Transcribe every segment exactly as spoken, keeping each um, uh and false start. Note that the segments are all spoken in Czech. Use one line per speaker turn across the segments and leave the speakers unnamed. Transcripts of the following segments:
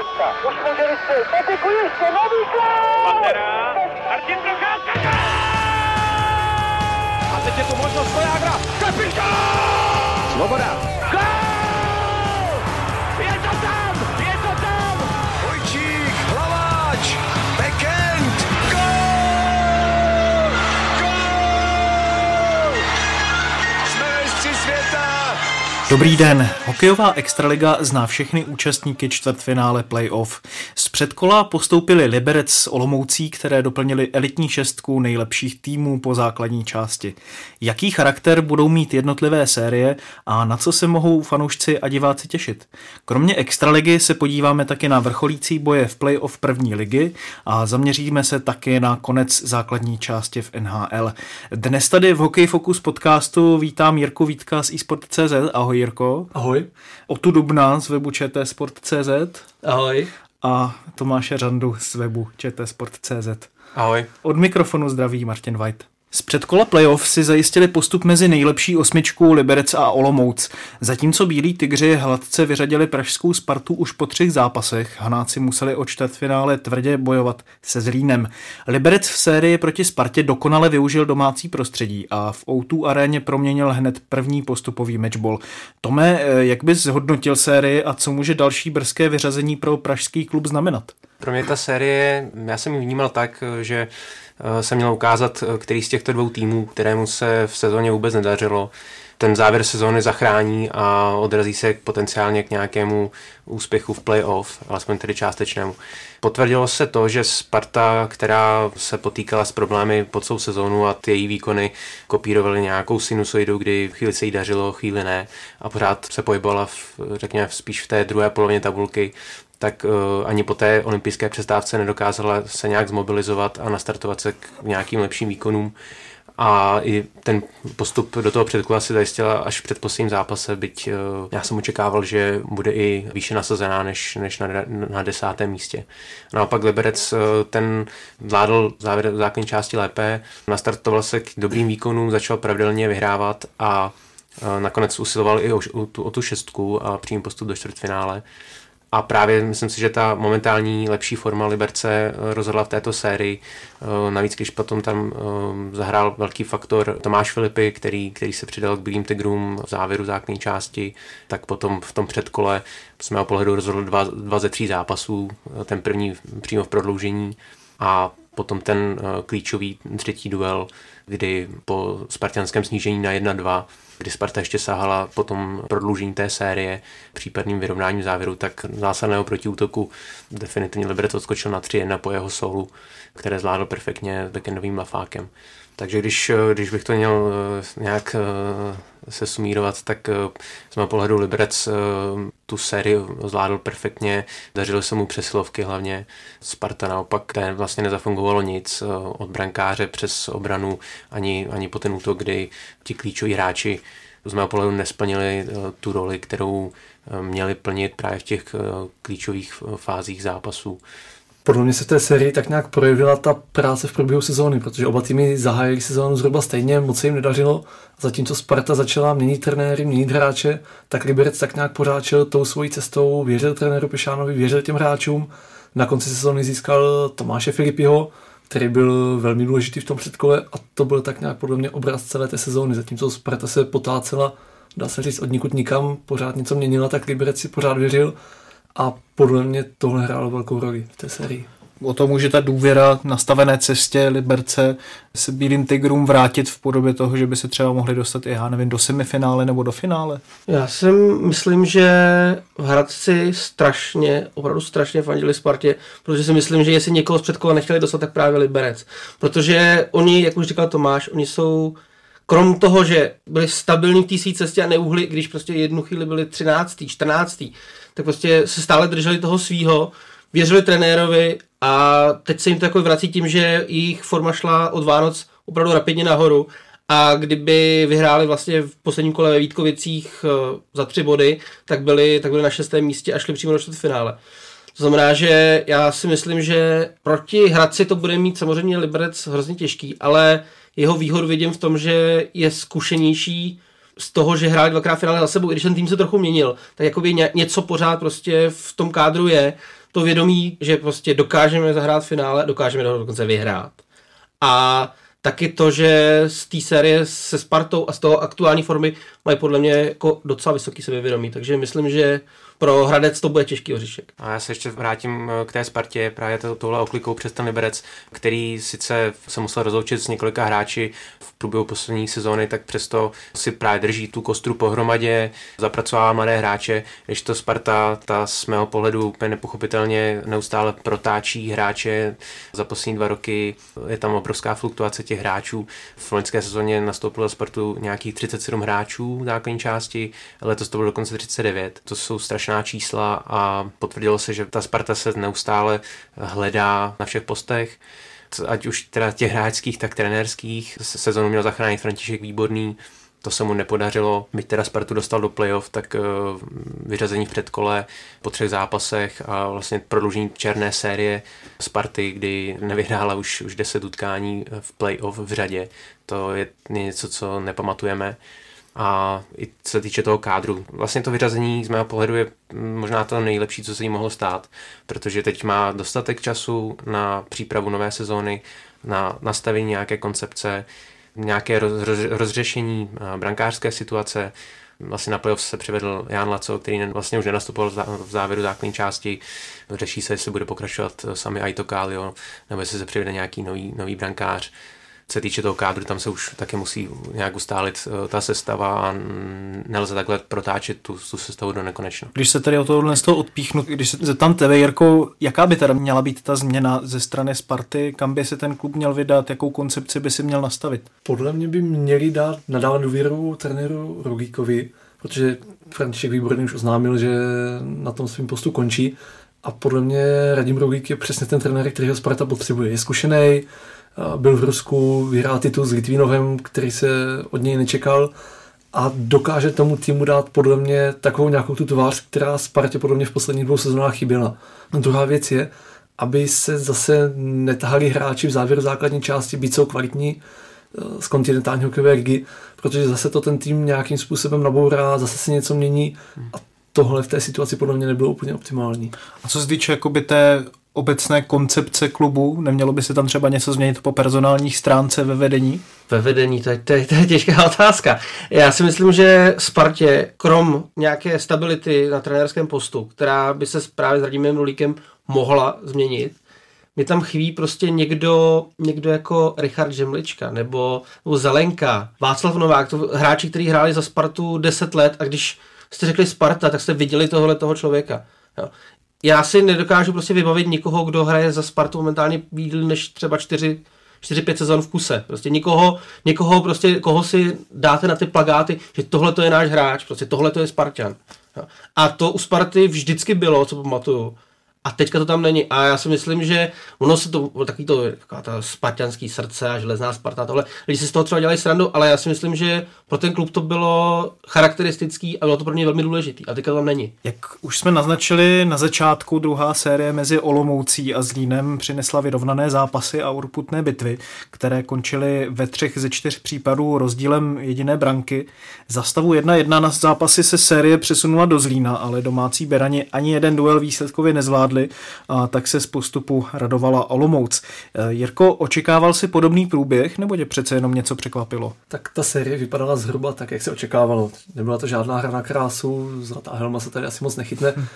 Procházka. Už může vystřelit. Patiku ještě, nový gól!
Pantera. Martin Procházka.
A teď je tu možnost Vojágra. Kapitán!
Svoboda.
Gól! Je to tam! Je to tam! Vojčík, Hlaváč, Bekend, gól! Gól! Jsme mistři světa!
Dobrý den. Hokejová extraliga zná všechny účastníky čtvrtfinále playoff. Z předkola postoupili Liberec s Olomoucí, které doplnili elitní šestku nejlepších týmů po základní části. Jaký charakter budou mít jednotlivé série a na co se mohou fanoušci a diváci těšit? Kromě extraligy se podíváme taky na vrcholící boje v playoff první ligy a zaměříme se taky na konec základní části v N H L. Dnes tady v Hokej Focus podcastu vítám Jirku Vítka z eSport tečka cé zet. Ahoj Jirko.
Ahoj.
Otu Dubna z webu Č T Sport tečka cé zet.
Ahoj.
A Tomáše Řandu z webu Č T Sport tečka cé zet.
Ahoj.
Od mikrofonu zdraví Martin White. Z předkola playoff si zajistili postup mezi nejlepší osmičku Liberec a Olomouc. Zatímco bílí tygři hladce vyřadili pražskou Spartu už po třech zápasech, Hanáci museli o čtvrtfinále tvrdě bojovat se Zlínem. Liberec v sérii proti Spartě dokonale využil domácí prostředí a v O dva aréně proměnil hned první postupový matchball. Tome, jak bys zhodnotil sérii a co může další brzké vyřazení pro pražský klub znamenat?
Pro mě ta série, já jsem ji vnímal tak, že se měl ukázat, který z těchto dvou týmů, kterému se v sezóně vůbec nedařilo, ten závěr sezóny zachrání a odrazí se potenciálně k nějakému úspěchu v playoff, alespoň tedy částečnému. Potvrdilo se to, že Sparta, která se potýkala s problémy po celou sezónu a ty její výkony kopírovaly nějakou sinusoidu, kdy chvíli se jí dařilo, chvíli ne a pořád se pohybovala v, řekněme, spíš v té druhé polovině tabulky, tak uh, ani po té olympijské přestávce nedokázala se nějak zmobilizovat a nastartovat se k nějakým lepším výkonům. A i ten postup do toho předkola si zajistila až v předposledním zápase, byť uh, já jsem očekával, že bude i výše nasazená než, než na, na desátém místě. Naopak Liberec uh, ten vládl závěr základní části lépe, nastartoval se k dobrým výkonům, začal pravidelně vyhrávat a uh, nakonec usiloval i o, o, tu, o tu šestku a přímý postup do čtvrtfinále. A právě myslím si, že ta momentální lepší forma Liberce rozhodla v této sérii. Navíc, když potom tam zahrál velký faktor Tomáš Filipy, který, který se přidal k bílým tygrům v závěru základní části, tak potom v tom předkole z mého pohledu rozhodl dva, dva ze tří zápasů, ten první přímo v prodloužení a potom ten klíčový třetí duel, kdy po spartanském snížení na jedna dva, kdy Sparta ještě sahala po tom prodloužení té série případným vyrovnáním závěru, tak zásadného protiútoku definitivně Liberec odskočil na tři jedna po jeho soulu, které zvládl perfektně backendovým lafákem. Takže když, když bych to měl nějak se sumírovat, tak z mého pohledu Liberec tu sérii zvládl perfektně, dařilo se mu přesilovky hlavně. Sparta naopak, té vlastně nezafungovalo nic od brankáře přes obranu, ani, ani po ten útok, kdy ti klíčoví hráči z mého pohledu nesplnili tu roli, kterou měli plnit právě v těch klíčových fázích zápasů.
Podle mě se v té sérii tak nějak projevila ta práce v průběhu sezóny, protože oba týmy zahájili sezónu zhruba stejně, moc se jim nedařilo. Zatímco Sparta začala měnit trenéry, měnit hráče, tak Liberec tak nějak pořáčil tou svojí cestou, věřil trenéru Pešánovi, věřil těm hráčům. Na konci sezóny získal Tomáše Filipyho, který byl velmi důležitý v tom předkole a to byl tak nějak podle mě obraz celé té sezóny. Zatímco Sparta se potácela, dá se říct, od nikud nikam, pořád něco měnila, tak Liberec si pořád věřil. A podle mě tohle hrálo velkou roli v té sérii.
O tom může ta důvěra nastavené cestě Liberce se bílým tygrům vrátit v podobě toho, že by se třeba mohli dostat i, já nevím, do semifinále nebo do finále?
Já si myslím, že v Hradci strašně, opravdu strašně fandili Spartě, protože si myslím, že jestli někoho z předkola nechtěli dostat, tak právě Liberec. Protože oni, jak už říkal Tomáš, oni jsou krom toho, že byli stabilní v té své cestě a neuhli, když prostě jednu chvíli byli třináctý, čtrnáctý, tak prostě se stále drželi toho svýho, věřili trenérovi a teď se jim to jako vrací tím, že jejich forma šla od Vánoc opravdu rapidně nahoru a kdyby vyhráli vlastně v posledním kole ve Vítkovicích za tři body, tak byli, tak byli na šestém místě a šli přímo do čtvrtfinále. To znamená, že já si myslím, že proti Hradci to bude mít samozřejmě Liberec hrozně těžký, ale jeho výhodu vidím v tom, že je zkušenější z toho, že hráli dvakrát finále za sebou, i když ten tým se trochu měnil, tak jakoby něco pořád prostě v tom kádru je, to vědomí, že prostě dokážeme zahrát finále, dokážeme ho dokonce vyhrát. A taky to, že z té série se Spartou a z toho aktuální formy mají podle mě jako docela vysoký sebevědomí, takže myslím, že pro Hradec to bude těžký oříšek.
A já se ještě vrátím k té Spartě, právě to, tohle oklikou přes ten Liberec, který sice se musel rozloučit s několika hráči v průběhu poslední sezóny, tak přesto si právě drží tu kostru pohromadě, zapracovává mladé hráče, když to Sparta, ta z mého pohledu úplně nepochopitelně neustále protáčí hráče za poslední dva roky, je tam obrovská fluktuace těch hráčů. V loňské sezóně nastoupilo Spartu nějakých třicet sedm hráčů v základní části, letos to bylo dokonce třicet devět. To jsou strašná čísla a potvrdilo se, že ta Sparta se neustále hledá na všech postech, ať už teda těch hráčských, tak trenérských. Sezonu měl zachránit František Výborný, to se mu nepodařilo. Byť teda Spartu dostal do playoff, tak vyřazení v předkole po třech zápasech a vlastně prodloužení černé série Sparty, kdy nevyhrála už, už deset utkání v playoff v řadě. To je něco, co nepamatujeme. A i co se týče toho kádru. Vlastně to vyřazení z mého pohledu je možná to nejlepší, co se jí mohlo stát, protože teď má dostatek času na přípravu nové sezóny, na nastavení nějaké koncepce, nějaké roz, roz, rozřešení brankářské situace. Vlastně na playoff se přivedl Jan Laco, který vlastně už nenastupoval v závěru základní části. Řeší se, jestli bude pokračovat sami Aito Kálio, nebo jestli se přivede nějaký nový, nový brankář. Co se týče toho kádru, tam se už také musí nějak ustálit ta sestava a nelze takhle protáčet tu, tu sestavu do nekonečna.
Když se tady o tohle z toho odpíchnu, když se zeptám tebe, Jirko, jaká by teda měla být ta změna ze strany Sparty, kam by se ten klub měl vydat, jakou koncepci by si měl nastavit?
Podle mě by měli dát nadále důvěru trenéru Rogíkovi, protože František Výborný už oznámil, že na tom svým postu končí a podle mě Radim Rogík je přesně ten trenér, kterýho Sparta potřebuje. Je zkušený, byl v Rusku, vyhrál titul s Litvínovem, který se od něj nečekal a dokáže tomu týmu dát podle mě takovou nějakou tu tvář, která Spartě podle mě v posledních dvou sezónách chyběla. A druhá věc je, aby se zase netahali hráči v závěru základní části, být jsou kvalitní z kontinentální hokejové ligy, protože zase to ten tým nějakým způsobem nabourá, zase se něco mění a tohle v té situaci podle mě nebylo úplně optimální.
A co se týče jakoby té obecné koncepce klubu, nemělo by se tam třeba něco změnit po personální stránce ve vedení?
Ve vedení, to je, to je, to je těžká otázka. Já si myslím, že Spartě, krom nějaké stability na trenérském postu, která by se právě s Radimem Rulíkem mohla změnit, mě tam chybí prostě někdo, někdo jako Richard Žemlička nebo, nebo Zelenka, Václav Novák, to hráči, kteří hráli za Spartu deset let a když jste řekli Sparta, tak jste viděli tohle toho člověka. Jo. Já si nedokážu prostě vybavit nikoho, kdo hraje za Spartu momentálně díl než třeba čtyři pět sezon v kuse. Prostě nikoho, někoho prostě, koho si dáte na ty plakáty, že tohle to je náš hráč, prostě tohle to je Spartan. Jo. A to u Sparty vždycky bylo, co pamatuju. A teďka to tam není. A já si myslím, že ono se to, takový to, taková ta spartanský srdce a železná Sparta, tohle, lidi si z toho třeba dělají srandu, ale já si myslím, že pro ten klub to bylo charakteristický a bylo to pro ně velmi důležitý. A teďka to tam není.
Jak už jsme naznačili na začátku, druhá série mezi Olomoucí a Zlínem přinesla vyrovnané zápasy a urputné bitvy, které končily ve třech ze čtyř případů rozdílem jediné branky. Za stavu jedna jedna na zápasy se série přesunula do Zlína, ale domácí Berani ani jeden duel výsledkově nezvládli, a tak se z postupu radovala Olomouc. Jirko, očekával si podobný průběh, nebo tě přece jenom něco překvapilo?
Tak ta série vypadala zhruba tak, jak se očekávalo. Nebyla to žádná hra na krásu, zlatá helma se tady asi moc nechytne, hm.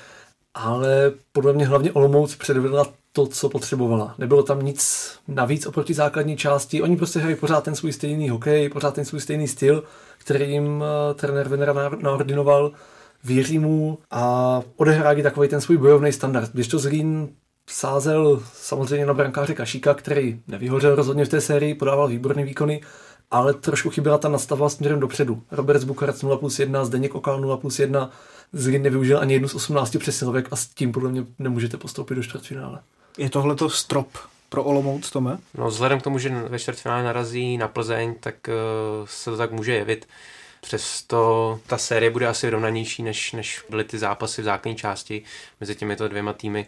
ale podle mě hlavně Olomouc předvedla to, co potřebovala. Nebylo tam nic navíc oproti základní části. Oni prostě hrají pořád ten svůj stejný hokej, pořád ten svůj stejný styl, který jim uh, trenér Venera naordinoval. Věří mu a odehrává takový ten svůj bojovný standard. Když to Zlín sázel samozřejmě na brankáře Kašíka, který nevyhořel rozhodně v té sérii, podával výborné výkony, ale trošku chyběla ta nastavba směrem dopředu. Robert Bukarec nula plus jedna, Zdeněk Okal nula plus jedna, Zlín nevyužil ani jednu z osmnácti přesilovek a s tím podle mě nemůžete postoupit do čtvrtfinále.
Je tohleto strop pro Olomouc, Tome?
No vzhledem k tomu, že ve čtvrtfinále narazí na Plzeň, tak uh, se to tak může jevit. Přesto ta série bude asi rovnanější, než, než byly ty zápasy v základní části mezi těmito dvěma týmy,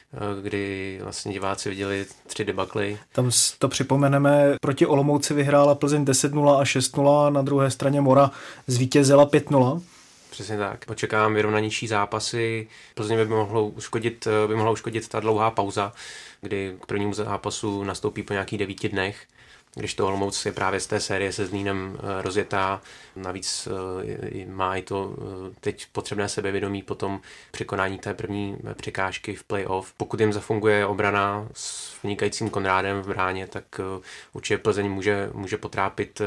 kdy vlastně diváci viděli tři debakly.
Tam to připomeneme, proti Olomouci vyhrála Plzeň deset nula a šest nula, na druhé straně Mora zvítězila pět nula.
Přesně tak. Očekávám vyrovnanější zápasy. Plzeň by mohlo uškodit, by mohla uškodit ta dlouhá pauza, kdy k prvnímu zápasu nastoupí po nějakých devíti dnech, když to Olomouc je právě z té série se Zlínem rozjetá. Navíc má i to teď potřebné sebevědomí po tom překonání té první překážky v playoff. Pokud jim zafunguje obrana s vynikajícím Konrádem v bráně, tak určitě Plzeň může, může potrápit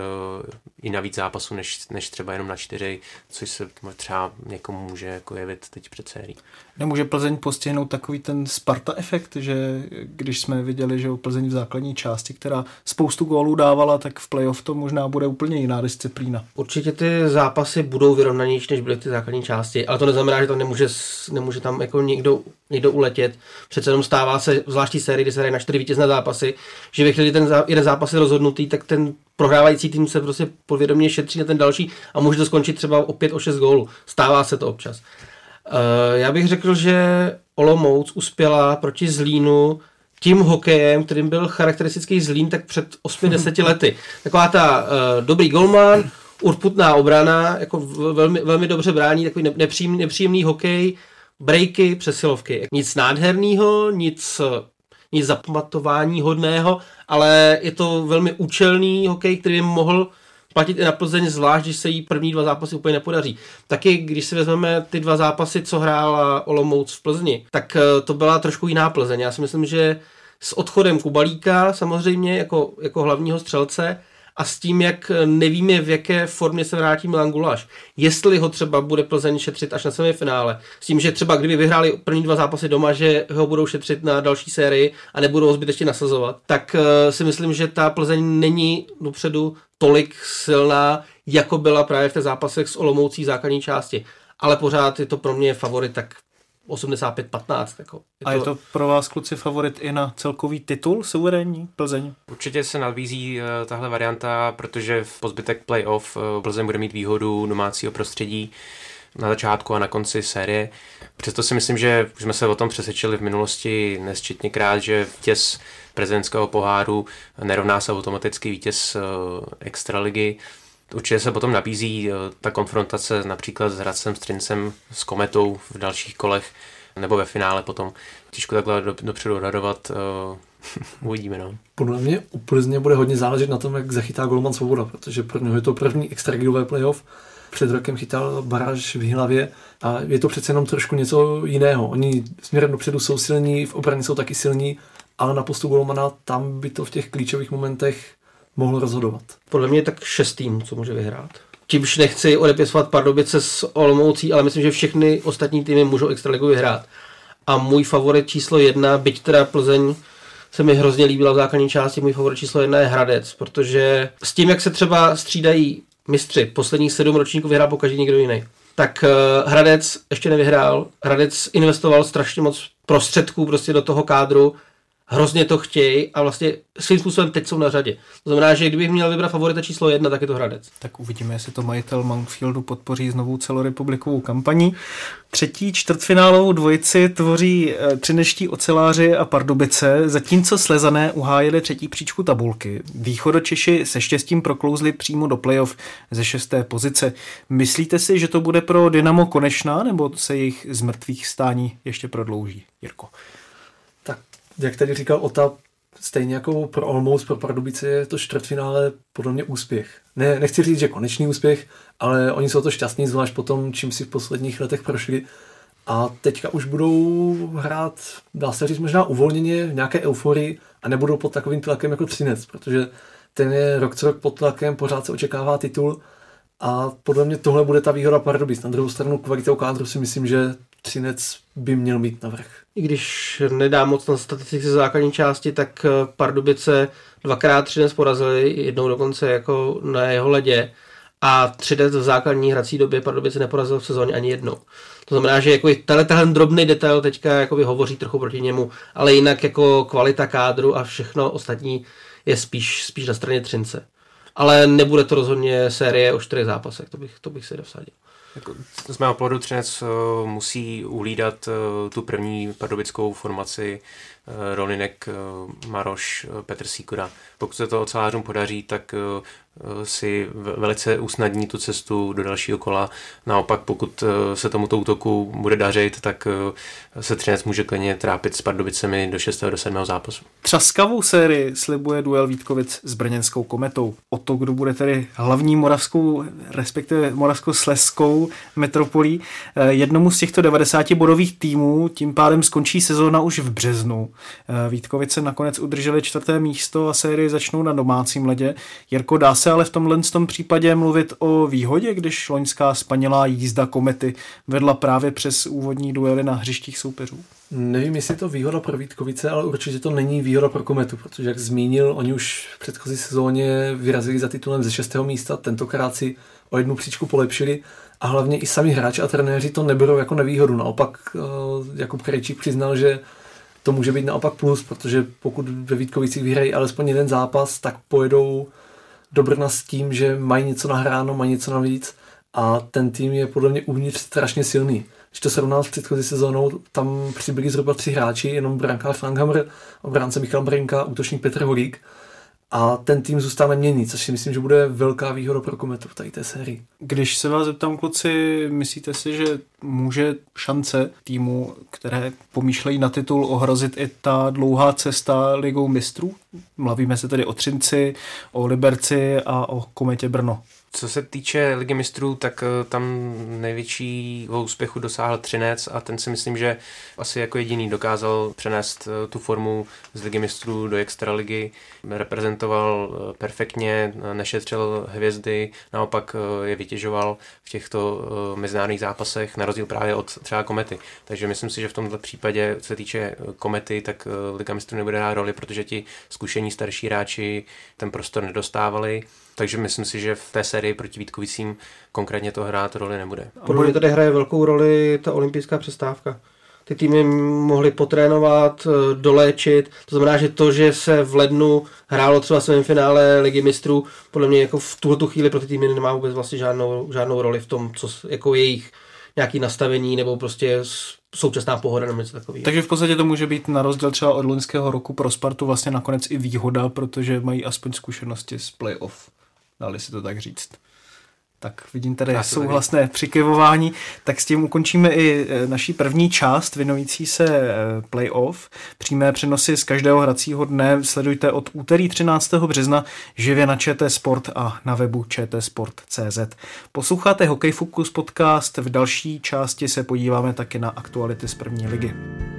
i na víc zápasů, než, než třeba jenom na čtyři, což se třeba někomu může jako jevit teď před sérií.
Nemůže Plzeň postihnout takový ten Sparta efekt, že když jsme viděli, že o Plzeň v základní části, která spoustu gólů dávala, tak v playoff to možná bude úplně jiná disciplína.
Určitě ty zápasy budou vyrovnanější, než byly v ty základní části, ale to neznamená, že tam nemůže, nemůže tam jako někdo, někdo uletět. Přece jenom stává se, zvláštní sérii, kdy se hraje na čtyři vítězné zápasy, že ve chvíli, kdy ten jeden zápas je rozhodnutý, tak ten prohrávající tým se prostě podvědomě šetří na ten další a může to skončit třeba o pět, o šest gólů. Stává se to občas. Uh, já bych řekl, že Olomouc uspěla proti Zlínu tím hokejem, kterým byl charakteristický Zlín tak před osmi deseti lety. Taková ta uh, dobrý golman, urputná obrana, jako velmi, velmi dobře brání, takový nepříjemný, nepříjemný hokej, breaky, přesilovky. Nic nádherného, nic, nic zapamatování hodného, ale je to velmi účelný hokej, který by mohl platit i na Plzeň, zvlášť, když se jí první dva zápasy úplně nepodaří. Taky, když si vezmeme ty dva zápasy, co hrála Olomouc v Plzni, tak to byla trošku jiná Plzeň. Já si myslím, že s odchodem Kubalíka samozřejmě jako, jako hlavního střelce a s tím, jak nevíme, v jaké formě se vrátí Milan Guláš. Jestli ho třeba bude Plzeň šetřit až na semifinále. S tím, že třeba kdyby vyhráli první dva zápasy doma, že ho budou šetřit na další sérii a nebudou ho zbytečně nasazovat, tak uh, si myslím, že ta Plzeň není dopředu tolik silná, jako byla právě v těch zápasech s Olomoucí v základní části. Ale pořád je to pro mě favorit tak osmdesát pět patnáct. Jako.
Je a to... je to pro vás, kluci, favorit i na celkový titul suverénní Plzeň?
Určitě se nabízí uh, tahle varianta, protože v pozbytek playoff uh, Plzeň bude mít výhodu domácího prostředí na začátku a na konci série. Přesto si myslím, že už jsme se o tom přesvědčili v minulosti nesčetněkrát, že vítěz prezidentského poháru nerovná se automaticky vítěz uh, extraligy. Určitě se potom nabízí uh, ta konfrontace například s Hradcem Střincem, s Kometou v dalších kolech nebo ve finále potom. Těžko takhle do, dopředu radovat, uh, uvidíme. No.
Podle mě u Plzně bude hodně záležet na tom, jak zachytá golman Svoboda, protože pro něho je to první extraligové playoff. Před rokem chytal baráž v Jihlavě a je to přece jenom trošku něco jiného. Oni směrem dopředu jsou silní, v obraně jsou taky silní, ale na postu golmana tam by to v těch klíčových momentech mohlo rozhodovat.
Podle mě je tak šest týmů, co může vyhrát. Tímž nechci odepisovat Pardubice s Olomoucí, ale myslím, že všechny ostatní týmy můžou extraligu vyhrát. A můj favorit číslo jedna, byť teda Plzeň se mi hrozně líbila v základní části, můj favorit číslo jedna je Hradec, protože s tím, jak se třeba střídají mistři, posledních sedm ročníků vyhrál pokaždý někdo jiný, tak uh, Hradec ještě nevyhrál. Hradec investoval strašně moc prostředků prostě do toho kádru, hrozně to chtějí a vlastně svým způsobem teď jsou na řadě. To znamená, že kdybych měl vybrat favorita číslo jedna, tak je to Hradec.
Tak uvidíme, jestli to majitel Mountfieldu podpoří znovu celorepublikovou kampaní. Třetí čtvrtfinálovou dvojici tvoří třineští oceláři a Pardubice, zatímco Slezané uhájili třetí příčku tabulky. Východočeši se štěstím proklouzli přímo do playoff ze šesté pozice. Myslíte si, že to bude pro Dynamo konečná, nebo se jejich z mrtvých stání ještě prodlouží? Jirko.
Tak, jak tady říkal Ota, stejně jako pro Olomouc, pro Pardubice je to čtvrtfinále podle mě úspěch. Ne, nechci říct, že konečný úspěch, ale oni jsou to šťastní, zvlášť po tom, čím si v posledních letech prošli. A teďka už budou hrát, dá se říct, možná uvolněně v nějaké euforii a nebudou pod takovým tlakem jako Třinec, protože ten je rok co rok pod tlakem, pořád se očekává titul a podle mě tohle bude ta výhoda Pardubic. Na druhou stranu kvalitou kádru si myslím, že Třinec by měl mít navrch.
I když nedá moc na statistiky ze základní části, tak Pardubice dvakrát Třinec porazili, jednou dokonce jako na jeho ledě a Třinec v základní hrací době Pardubice neporazil v sezóně ani jednou. To znamená, že jako tenhle, tenhle drobný detail teďka jakoby hovoří trochu proti němu, ale jinak jako kvalita kádru a všechno ostatní je spíš, spíš na straně Třince. Ale nebude to rozhodně série o čtyřech zápasech, to bych, to bych si dosadil.
Z mého pohledu Třinec uh, musí uhlídat uh, tu první pardubickou formaci Rolinek, Maroš, Petr Sýkora. Pokud se to ocelářům podaří, tak si velice usnadní tu cestu do dalšího kola. Naopak, pokud se tomuto útoku bude dařit, tak se Třinec může klidně trápit s Pardubicemi do šestého do sedmého zápasu.
Třaskavou sérii slibuje duel Vítkovic s brněnskou Kometou. O to, kdo bude tedy hlavní moravskou, respektive moravskoslezskou metropolí. Jednomu z těchto devadesáti bodových týmů tím pádem skončí sezóna už v březnu. Vítkovice nakonec udrželi čtvrté místo a sérii začnou na domácím ledě. Jirko, dá se ale v tomhle tom případě mluvit o výhodě, když loňská spanilá jízda Komety vedla právě přes úvodní duely na hřištích soupeřů?
Nevím, jestli je to výhoda pro Vítkovice, ale určitě to není výhoda pro Kometu, protože jak zmínil, oni už v předchozí sezóně vyrazili za titulem ze šestého místa, tentokrát si o jednu příčku polepšili a hlavně i sami hráči a trenéři to neberou jako nevýhodu. Naopak Jakub Krejčík přiznal, že to může být naopak plus, protože pokud ve Vítkovicích vyhrají alespoň jeden zápas, tak pojedou do Brna s tím, že mají něco nahráno, mají něco navíc a ten tým je podle mě uvnitř strašně silný. Když to srovnal s předchozí sezónou, tam přibyli zhruba tři hráči, jenom brankář Frankhammer, obránce Michal Brynka, útočník Petr Holík a ten tým zůstane neměnný, což si myslím, že bude velká výhoda pro Kometu v té sérii.
Když se vás zeptám, kluci, myslíte si, že může šance týmu, které pomýšlejí na titul, ohrozit i ta dlouhá cesta Ligou mistrů? Mluvíme se tedy o Třinci, o Liberci a o Kometě Brno.
Co se týče Ligy mistrů, tak tam největšího úspěchu dosáhl Třinec a ten si myslím, že asi jako jediný dokázal přenést tu formu z Ligy mistrů do extraligy. Reprezentoval perfektně, nešetřil hvězdy, naopak je vytěžoval v těchto mezinárodních zápasech, na rozdíl právě od třeba Komety. Takže myslím si, že v tomto případě, co se týče Komety, tak Liga mistrů nebude hrát roli, protože ti zkušení starší hráči ten prostor nedostávali. Takže myslím si, že v té sérii proti Vítkovicím konkrétně to hrát roli nebude.
Podle mě tady hraje velkou roli ta olympijská přestávka. Ty týmy mohly potrénovat, doléčit. To znamená, že to, že se v lednu hrálo třeba svém finále Ligy mistrů, podle mě jako v tuto chvíli pro ty týmy nemá vůbec vlastně žádnou, žádnou roli v tom, co jako jejich nějaký nastavení nebo prostě současná pohoda nebo něco takového.
Takže v podstatě to může být na rozdíl třeba od loňského roku pro Spartu vlastně nakonec i výhoda, protože mají aspoň zkušenosti z playoff. Dali si to tak říct. Tak vidím tady souhlasné přikyvování. Tak s tím ukončíme i naší první část věnující se playoff. Přímé přenosy z každého hracího dne sledujte od úterý třináctého března živě na ČT Sport a na webu čtsport tečka cé zet. Posloucháte Hokej Focus podcast. V další části se podíváme taky na aktuality z první ligy.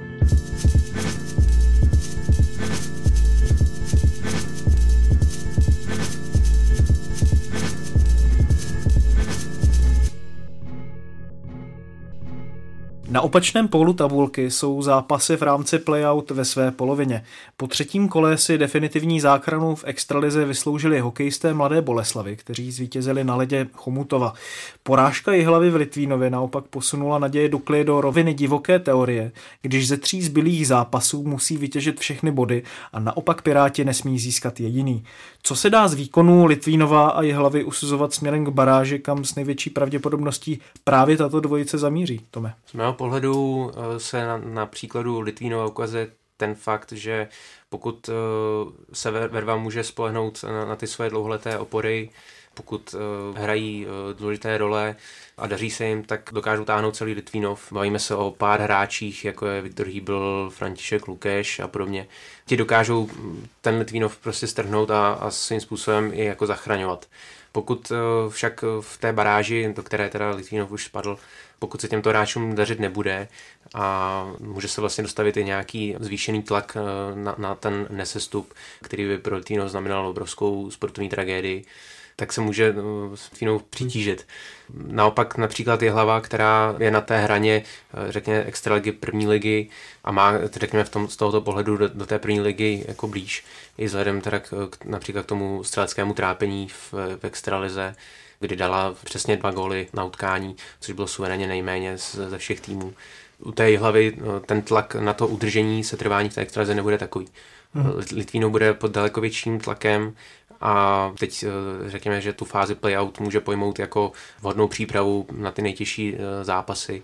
Na opačném pólu tabulky jsou zápasy v rámci playout ve své polovině. Po třetím kole si definitivní záchranu v extralize vysloužili hokejisté Mladé Boleslavi, kteří zvítězili na ledě Chomutova. Porážka Jihlavy v Litvínově naopak posunula naděje Dukly do roviny divoké teorie, když ze tří zbylých zápasů musí vytěžit všechny body a naopak Piráti nesmí získat jediný. Co se dá z výkonu Litvínova a Jihlavy usuzovat směrem k baráži, kam s největší pravděpodobností právě tato dvojice zamíří? Tome.
Z mého pohledu se na, na příkladu Litvínova ukazuje ten fakt, že pokud se Verva může spolehnout na, na ty svoje dlouholeté opory, pokud uh, hrají uh, důležité role a daří se jim, tak dokážou táhnout celý Litvínov. Bavíme se o pár hráčích, jako je Viktor Hýbl, František Lukeš a podobně. Ti dokážou ten Litvínov prostě strhnout a, a svým způsobem i jako zachraňovat. Pokud uh, však v té baráži, do které teda Litvínov už spadl, pokud se těmto hráčům dařit nebude a může se vlastně dostavit i nějaký zvýšený tlak na, na ten nesestup, který by pro Litvínov znamenal obrovskou sportovní tragédii, tak se může Litvínov přitížit. Naopak například Jihlava, která je na té hraně, řekněme, extraligy, první ligy a má, řekněme, v tom, z tohoto pohledu do, do té první ligy jako blíž, i vzhledem teda k, k, například k tomu střeleckému trápení v, v extralize, kdy dala přesně dva góly na utkání, což bylo suverénně nejméně ze všech týmů. U té Jihlavy ten tlak na to udržení se trvání v té extralize nebude takový. Hmm. Litvínov bude pod daleko větším tlakem a teď řekněme, že tu fázi playout může pojmout jako vhodnou přípravu na ty nejtěžší zápasy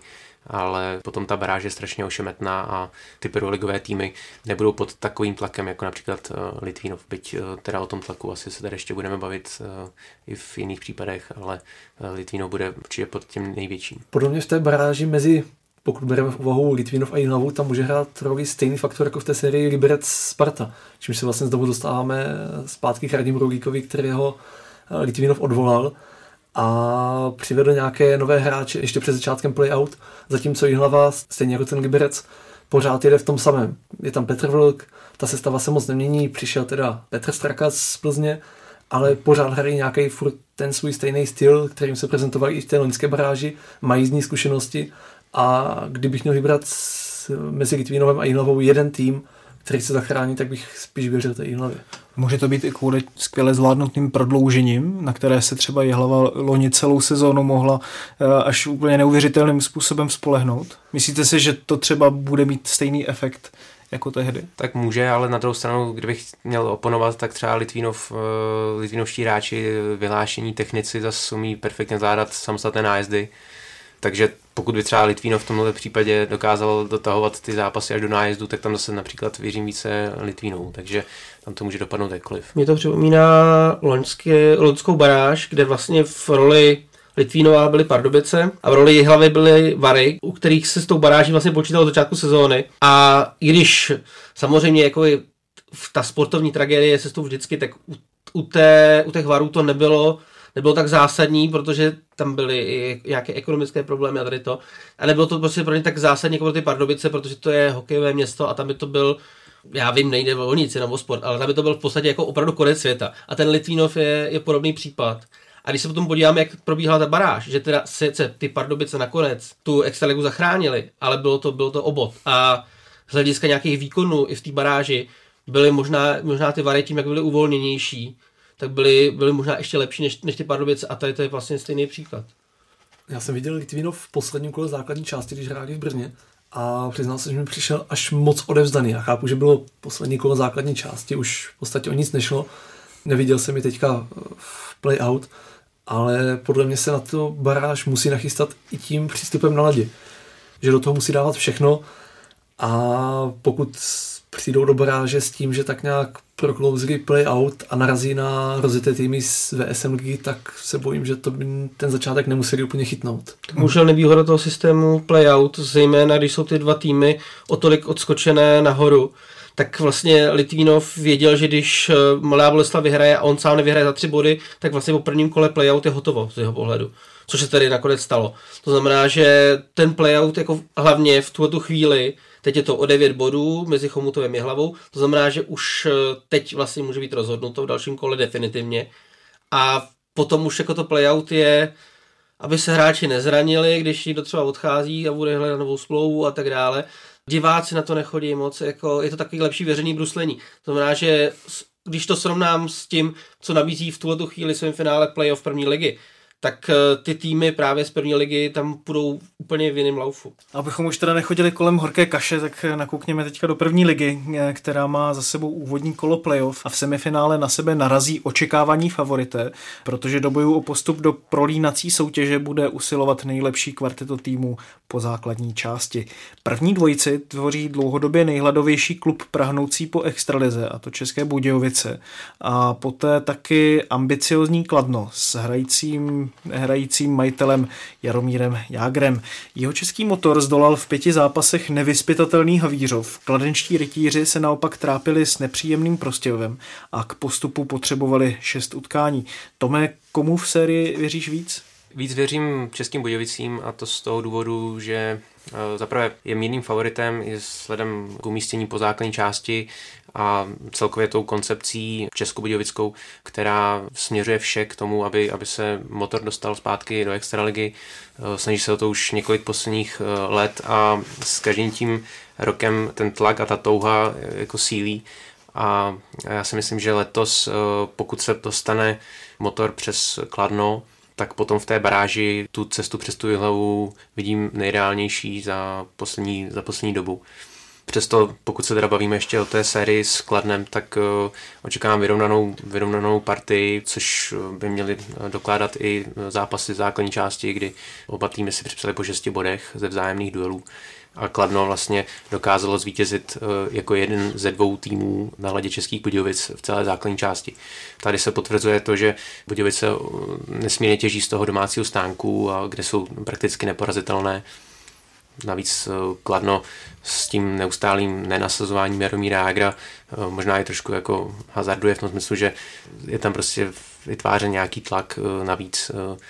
ale potom ta baráž je strašně ošemetná a ty prvoligové týmy nebudou pod takovým tlakem, jako například Litvínov, byť teda o tom tlaku asi se tady ještě budeme bavit i v jiných případech, ale Litvínov bude určitě pod tím největším.
Podobně v té baráži mezi, pokud bereme v úvahu Litvínov a Jihlavu, tam může hrát roli stejný faktor jako v té sérii Liberec Sparta, čímž se vlastně znovu dostáváme zpátky k Radimu Rohlíkovi, kterého Litvínov odvolal a přivedl nějaké nové hráče ještě před začátkem playout, zatímco Jihlava, stejně jako ten Liberec, pořád jede v tom samém. Je tam Petr Vlk, ta sestava se moc nemění, přišel teda Petr Straka z Plzně, ale pořád hrají nějaký furt ten svůj stejný styl, kterým se prezentovali i v té loňské baráži, mají z ní zkušenosti a kdybych měl vybrat mezi Litvínovem a Jihlavou jeden tým, který se zachrání, tak bych spíš věřil té Jihlavě.
Může to být i kvůli skvěle zvládnutým prodloužením, na které se třeba Jihlava loni celou sezónu mohla až úplně neuvěřitelným způsobem spolehnout? Myslíte si, že to třeba bude mít stejný efekt jako tehdy?
Tak může, ale na druhou stranu, kdybych měl oponovat, tak třeba Litvínov, litvínovští hráči, vyhlášení technici zase umí perfektně zvládat samostatné nájezdy. Takže pokud by třeba Litvínov v tomhle případě dokázal dotahovat ty zápasy až do nájezdu, tak tam zase například věřím více Litvínou, takže tam to může dopadnout jakkoliv.
Mě to připomíná loňské, loňskou baráž, kde vlastně v roli Litvínova byly Pardubice a v roli Jihlavy byly Vary, u kterých se s tou baráží vlastně počítalo od začátku sezóny. A i když samozřejmě jako je ta sportovní tragédie se s tou vždycky, tak u, u, té, u těch Varů to nebylo nebylo tak zásadní, protože tam byly i nějaké ekonomické problémy a tady to. A nebylo to prostě pro ně tak zásadní jako pro ty Pardubice, protože to je hokejové město a tam by to byl, já vím, nejde o nic, jenom o sport, ale tam by to byl v podstatě jako opravdu konec světa. A ten Litvínov je, je podobný případ. A když se potom podíváme, jak probíhala ta baráž, že teda sice ty Pardubice nakonec tu extraligu zachránili, ale bylo to, bylo to obod. A z hlediska nějakých výkonů i v té baráži byly možná, možná ty Vary tím, jak byly uvolněnější, tak byly, byly možná ještě lepší než, než ty Pardubice a tady to je vlastně stejný příklad.
Já jsem viděl Litvínov v posledním kole základní části, když hráli v Brně a přiznal se, že mi přišel až moc odevzdaný. Já chápu, že bylo poslední kolo základní části, už v podstatě o nic nešlo. Neviděl jsem ji teďka v play-out, ale podle mě se na to baráž musí nachystat i tím přístupem na ledě. Že do toho musí dávat všechno a pokud přijdou do baráže s tím, že tak nějak proklouzili play-out a narazí na rozjeté týmy z V S M ligy, tak se bojím, že to by ten začátek nemuseli úplně chytnout.
Můžel nevýhoda toho systému play-out, zejména když jsou ty dva týmy o tolik odskočené nahoru, tak vlastně Litvínov věděl, že když Mladá Boleslav vyhraje a on sám nevyhraje za tři body, tak vlastně po prvním kole play-out je hotovo z jeho pohledu. Což se tady nakonec stalo. To znamená, že ten play-out jako hlavně v tuto chvíli, teď je to o devět bodů mezi Chomutovem a Jihlavou, to znamená, že už teď vlastně může být rozhodnuto v dalším kole definitivně. A potom už jako to play-out je, aby se hráči nezranili, když někdo třeba odchází a bude hledat novou smlouvu a tak dále. Diváci na to nechodí moc, jako je to takový lepší veřejný bruslení. To znamená, že když to srovnám s tím, co nabízí v tuto chvíli svém finále playoff první ligy, tak ty týmy právě z první ligy tam půjdou úplně v jiném laufu.
Abychom už teda nechodili kolem horké kaše, tak nakoukněme teďka do první ligy, která má za sebou úvodní kolo playoff a v semifinále na sebe narazí očekávaní favorité, protože do bojů o postup do prolínací soutěže bude usilovat nejlepší kvarteto týmů po základní části. První dvojici tvoří dlouhodobě nejhladovější klub prahnoucí po extralize, a to České Budějovice, a poté taky ambiciozní Kladno s hrajícím hrajícím majitelem Jaromírem Jágrem. Jeho český Motor zdolal v pěti zápasech nevyzpytatelný Havířov. Kladenští rytíři se naopak trápili s nepříjemným Prostějovem a k postupu potřebovali šest utkání. Tome, komu v sérii věříš víc?
Víc věřím Českým Budějovicím a to z toho důvodu, že zaprvé je mírným favoritem i sledem k umístění po základní části a celkově tou koncepcí českobudějovickou, která směřuje vše k tomu, aby, aby se Motor dostal zpátky do extraligy. Snaží se o to už několik posledních let a s každým tím rokem ten tlak a ta touha jako sílí. A já si myslím, že letos, pokud se dostane Motor přes Kladno, tak potom v té baráži tu cestu přes tu Jihlavu vidím nejreálnější za poslední, za poslední dobu. Přesto, pokud se teda bavíme ještě o té sérii s Kladnem, tak uh, očekávám vyrovnanou, vyrovnanou partii, což by měly dokládat i zápasy základní části, kdy oba týmy si připsali po šesti bodech ze vzájemných duelů. A Kladno vlastně dokázalo zvítězit uh, jako jeden ze dvou týmů na ledě Českých Budějovic v celé základní části. Tady se potvrzuje to, že Budějovice nesmírně těží z toho domácího stánku, a kde jsou prakticky neporazitelné. Navíc Kladno s tím neustálým nenasazováním Jaromíra Jágra možná i trošku jako hazarduje v tom smyslu, že je tam prostě vytvářen nějaký tlak navíc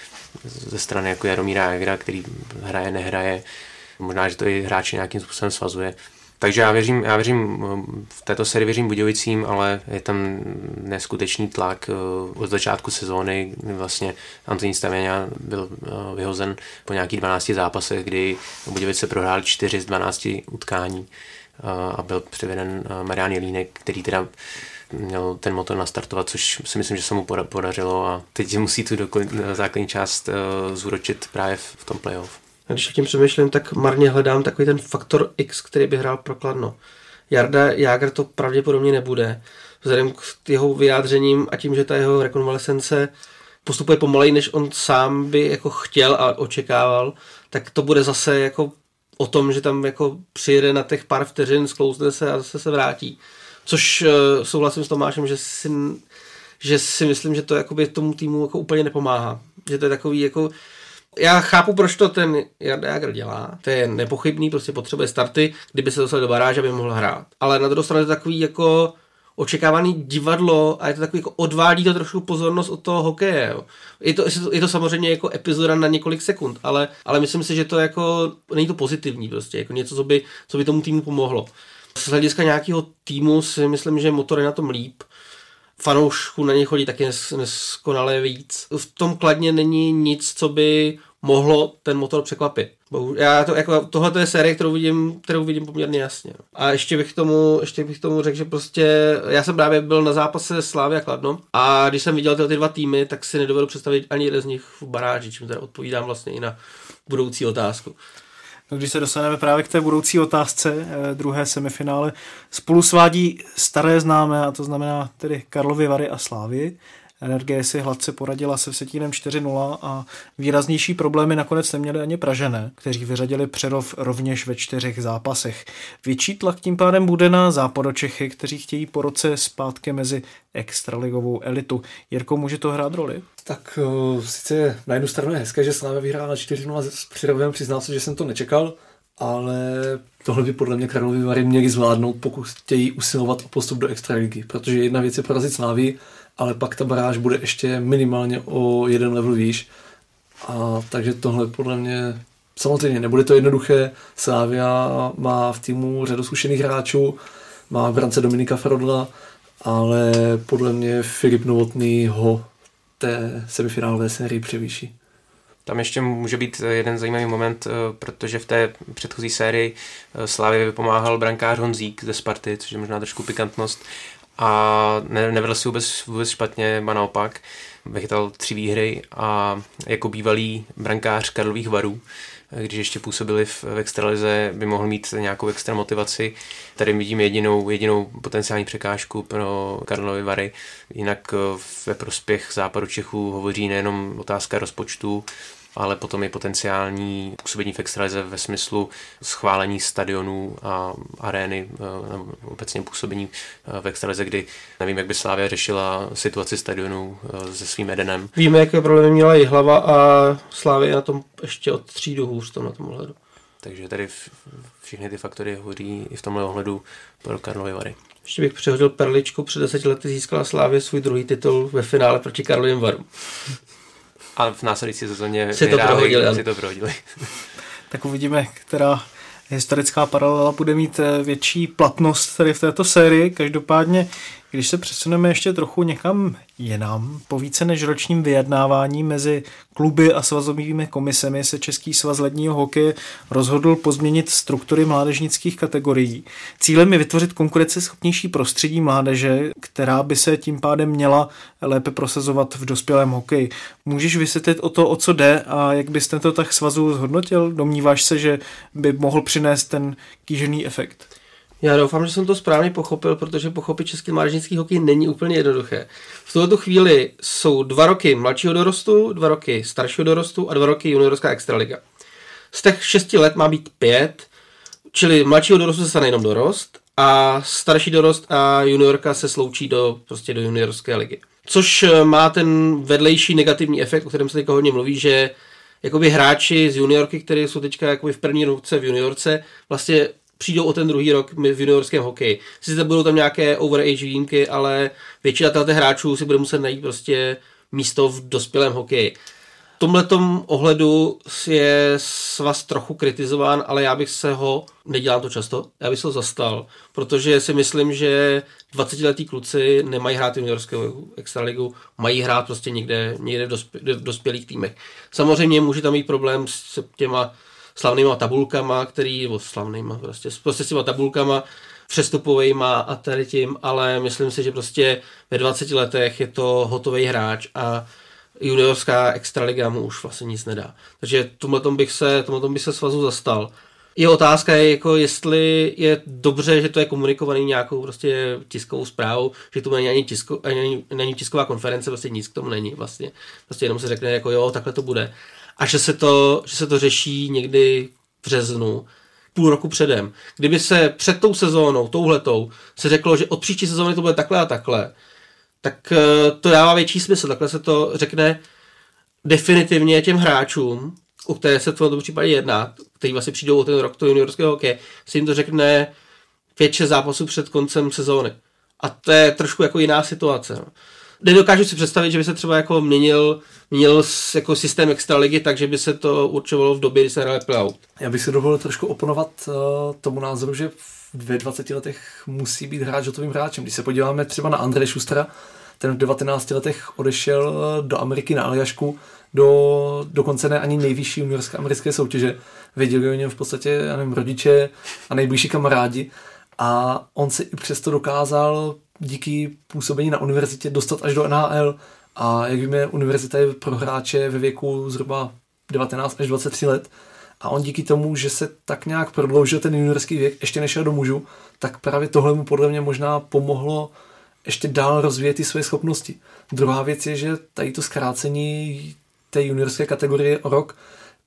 ze strany jako Jaromíra Jágra, který hraje, nehraje. Možná, že to i hráči nějakým způsobem svazuje. Takže já věřím, já věřím, v této sérii věřím Budějovicím, ale je tam neskutečný tlak od začátku sezóny. Vlastně Antonín Stavěňa byl vyhozen po nějakých dvanácti zápasech, kdy Budějovice prohráli čtyři z dvanácti utkání a byl přiveden Marián Jelínek, který teda měl ten motor nastartovat, což si myslím, že se mu podařilo a teď musí tu základní část zúročit právě v tom playoff.
A když tím přemýšlím, tak marně hledám takový ten faktor X, který by hrál pro Kladno. Jarda Jágr to pravděpodobně nebude. Vzhledem k jeho vyjádřením a tím, že ta jeho rekonvalescence postupuje pomaleji, než on sám by jako chtěl a očekával, tak to bude zase jako o tom, že tam jako přijede na těch pár vteřin, sklouzne se a zase se vrátí. Což uh, souhlasím s Tomášem, že si, že si myslím, že to jakoby tomu týmu jako úplně nepomáhá. Že to je takový jako já chápu, proč to ten Jarda Jágr dělá. To je nepochybný, prostě potřebuje starty, kdyby se dostal do baráže, aby mohl hrát. Ale na druhou stranu je to takový jako očekávaný divadlo a je to takový jako odvádí to trošku pozornost od toho hokeje. Jo. Je to, je to samozřejmě jako epizoda na několik sekund, ale, ale myslím si, že to jako není to pozitivní prostě, jako něco, co by, co by tomu týmu pomohlo. Z hlediska nějakého týmu si myslím, že Motor je na tom líp. Fanoušků na ně chodí taky neskonale víc. V tom Kladně není nic, co by mohlo ten Motor překvapit. Já to, jako, tohle je série, kterou vidím, kterou vidím poměrně jasně. A ještě bych tomu, ještě bych tomu řekl, že prostě já jsem právě byl na zápase Slávy a Kladno a když jsem viděl ty, ty dva týmy, tak si nedovedu představit ani jeden z nich v baráži, čím teda odpovídám vlastně i na budoucí otázku.
No, když se dostaneme právě k té budoucí otázce, eh, druhé semifinále, spolu svádí staré známé, a to znamená tedy Karlovy Vary a Slávy. Energie si hladce poradila se Vsetínem čtyři nula a výraznější problémy nakonec neměli ani Pražané, kteří vyřadili Přerov rovněž ve čtyřech zápasech. Větší tlak tím pádem bude na Západočechy, kteří chtějí po roce zpátky mezi extraligovou elitu. Jirko, může to hrát roli?
Tak uh, sice na jednu stranu je hezké, že Slávia vyhrála čtyři nula s Přerovem, přiznal se, že jsem to nečekal, ale tohle by podle mě Karlovy Vary měli zvládnout, pokud chtějí usilovat o postup do extraligy, protože jedna věc je porazit Slávii, ale pak ta baráž bude ještě minimálně o jeden level výš. A takže tohle podle mě samozřejmě nebude to jednoduché. Slavia má v týmu řadu zkušených hráčů, má v brance Dominika Frodla, ale podle mě Filip Novotný ho té semifinálové sérii převýší.
Tam ještě může být jeden zajímavý moment, protože v té předchozí sérii Slavii vypomáhal brankář Honzík ze Sparty, což je možná trošku pikantnost. A ne, nevedl si vůbec, vůbec špatně, ba naopak. Vychytal tři výhry a jako bývalý brankář Karlových Varů, když ještě působili v, v extralize, by mohl mít nějakou extra motivaci. Tady vidím jedinou, jedinou potenciální překážku pro Karlovy Vary. Jinak ve prospěch Západočechů hovoří nejenom otázka rozpočtu, ale potom i potenciální působení v extralize ve smyslu schválení stadionů a arény, obecně působení v extralize, kdy nevím, jak by Slavia řešila situaci stadionů se svým Edenem.
Víme, jaké problémy měla Jihlava a Slavia je na tom ještě od třídu hůř tom na tom ohledu.
Takže tady všechny ty faktory hoří i v tomhle ohledu pro Karlovy Vary.
Ještě bych přehodil perličku, před deseti lety získala Slavia svůj druhý titul ve finále proti Karlovým Varům.
A v následující sezóně
si to prohodili.
Si to prohodili.
Tak uvidíme, která historická paralela bude mít větší platnost tady v této sérii. Každopádně, když se přesuneme ještě trochu někam jinam, po více než ročním vyjednávání mezi kluby a svazovými komisemi se Český svaz ledního hokeje rozhodl pozměnit struktury mládežnických kategorií. Cílem je vytvořit konkurenceschopnější prostředí mládeže, která by se tím pádem měla lépe prosazovat v dospělém hokeji. Můžeš vysvětlit o to, o co jde a jak bys tento tah svazu zhodnotil? Domníváš se, že by mohl přinést ten kýžený efekt?
Já doufám, že jsem to správně pochopil, protože pochopit český mládežnický hokej není úplně jednoduché. V tuto chvíli jsou dva roky mladšího dorostu, dva roky staršího dorostu a dva roky juniorská extraliga. Z těch šesti let má být pět, čili mladšího dorostu se stane jenom dorost a starší dorost a juniorka se sloučí do, prostě do juniorské ligy. Což má ten vedlejší negativní efekt, o kterém se teďka hodně mluví, že jakoby hráči z juniorky, kteří jsou teďka jakoby v první roce v juniorce, vlastně přijdou o ten druhý rok v juniorském hokeji. Sice budou tam nějaké overage výjimky, ale většina těch hráčů si bude muset najít prostě místo v dospělém hokeji. V tomhletom ohledu je svaz trochu kritizován, ale já bych se ho, nedělám to často, já bych se ho zastal, protože si myslím, že dvacetiletí kluci nemají hrát juniorskou extraligu, mají hrát prostě někde, někde v, dospě, v dospělých týmech. Samozřejmě může tam mít problém s těma slavnýma tabulkama, který, nebo slavnýma, prostě, prostě s těma tabulkama, přestupovejma a tady tím, ale myslím si, že prostě ve dvaceti letech je to hotový hráč a juniorská extraliga mu už vlastně nic nedá. Takže tomhletom bych se, tomhletom bych se svazu zastal. Je otázka je, jako jestli je dobře, že to je komunikovaný nějakou prostě tiskovou zprávou, že to není ani, tisko, ani není tisková konference, prostě nic k tomu není vlastně. Prostě jenom se řekne, jako jo, takhle to bude. A že se to, že se to řeší někdy v březnu, půl roku předem. Kdyby se před tou sezónou, touhletou, se řeklo, že od příští sezóny to bude takhle a takhle, tak to dává větší smysl. Takhle se to řekne definitivně těm hráčům, o které se v tomto případě jedná, kteří vlastně přijdou o ten rok toho juniorského hokeje, se jim to řekne pět šest zápasů před koncem sezóny. A to je trošku jako jiná situace. No. Nedokážu si představit, že by se třeba jako měnil, měnil jako systém extraligy, takže by se to určovalo v době, kdy se hraje playout.
Já bych si dovolil trošku oponovat uh, tomu názoru, že v dvaceti letech musí být hráč hotovým hráčem. Když se podíváme třeba na Andreje Schustera, ten v devatenácti letech odešel do Ameriky na Aljašku, do dokonce ne ani nejvyšší juniorské americké soutěže. Věděli o něm v podstatě, já nevím, rodiče a nejbližší kamarádi. A on se i přesto dokázal díky působení na univerzitě dostat až do N H L. A jak víme, univerzita je pro hráče ve věku zhruba devatenáct až dvacet tři let. A on díky tomu, že se tak nějak prodloužil ten juniorský věk, ještě nešel do mužů, tak právě tohle mu podle mě možná pomohlo ještě dál rozvíjet ty své schopnosti. Druhá věc je, že tady to zkrácení té juniorské kategorie o rok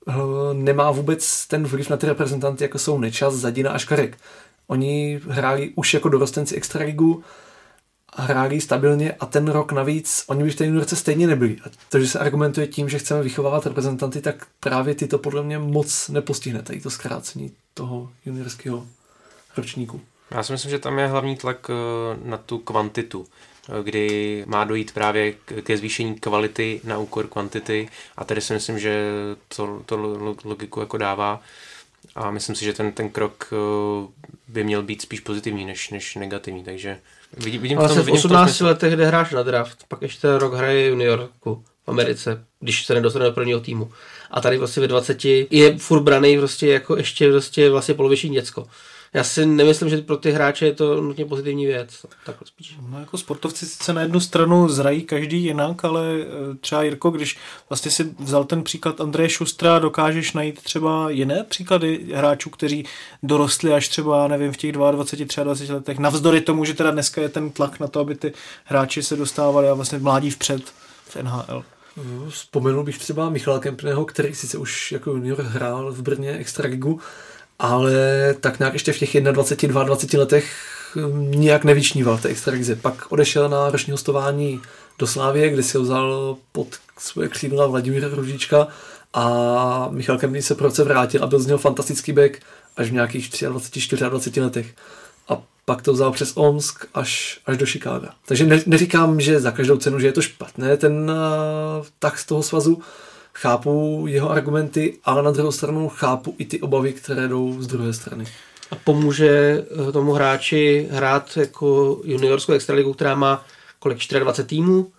nemá vůbec ten vliv na ty reprezentanty, jako jsou Nečas, Zadina a Škarek. Oni hráli už jako dorostenci extraligu, hráli stabilně a ten rok navíc, oni by v té juniorce stejně nebyli. A to, že se argumentuje tím, že chceme vychovávat reprezentanty, tak právě ty to podle mě moc nepostihne, tady to zkrácení toho juniorského ročníku.
Já si myslím, že tam je hlavní tlak na tu kvantitu, kdy má dojít právě ke zvýšení kvality na úkor kvantity a tady si myslím, že to, to logiku jako dává a myslím si, že ten, ten krok by měl být spíš pozitivní než, než negativní, takže vidím, vidím
ale
v tom,
v osmnácti letech, kde hráš na draft, pak ještě rok hraje juniorku v Americe, když se nedostane do prvního týmu. A tady vlastně ve dvaceti je furt braný prostě jako ještě vlastně, vlastně poloviční děcko. Já si nemyslím, že pro ty hráče je to nutně pozitivní věc. Takhle spíš.
No jako sportovci sice na jednu stranu zrají každý jinak, ale třeba Jirko, když vlastně si vzal ten příklad Andreje Schustera, dokážeš najít třeba jiné příklady hráčů, kteří dorostli až třeba, nevím, v těch dvaceti dvou, dvaceti třech letech. Navzdory tomu, že teda dneska je ten tlak na to, aby ty hráči se dostávali a vlastně mládí vpřed v N H L.
Vzpomenul bych třeba Michala Kempného, který sice už jako junior hrál v Brně extraligu, ale tak nějak ještě v těch dvaceti jedné, dvaceti letech nějak nevyčníval v té extralize. Pak odešel na roční hostování do Slávie, kde si ho vzal pod svoje křídla Vladimíra Růžička a Michal Kempný se proce vrátil a byl z něho fantastický back až v nějakých dvaceti třech, dvaceti čtyřech letech. A pak to vzal přes Omsk až, až do Chicaga. Takže ne, neříkám, že za každou cenu, že je to špatné, ten uh, tak z toho svazu. Chápu jeho argumenty, ale na druhou stranu chápu i ty obavy, které jdou z druhé strany.
A pomůže tomu hráči hrát jako juniorskou extraligu, která má kolik dvacet čtyři týmů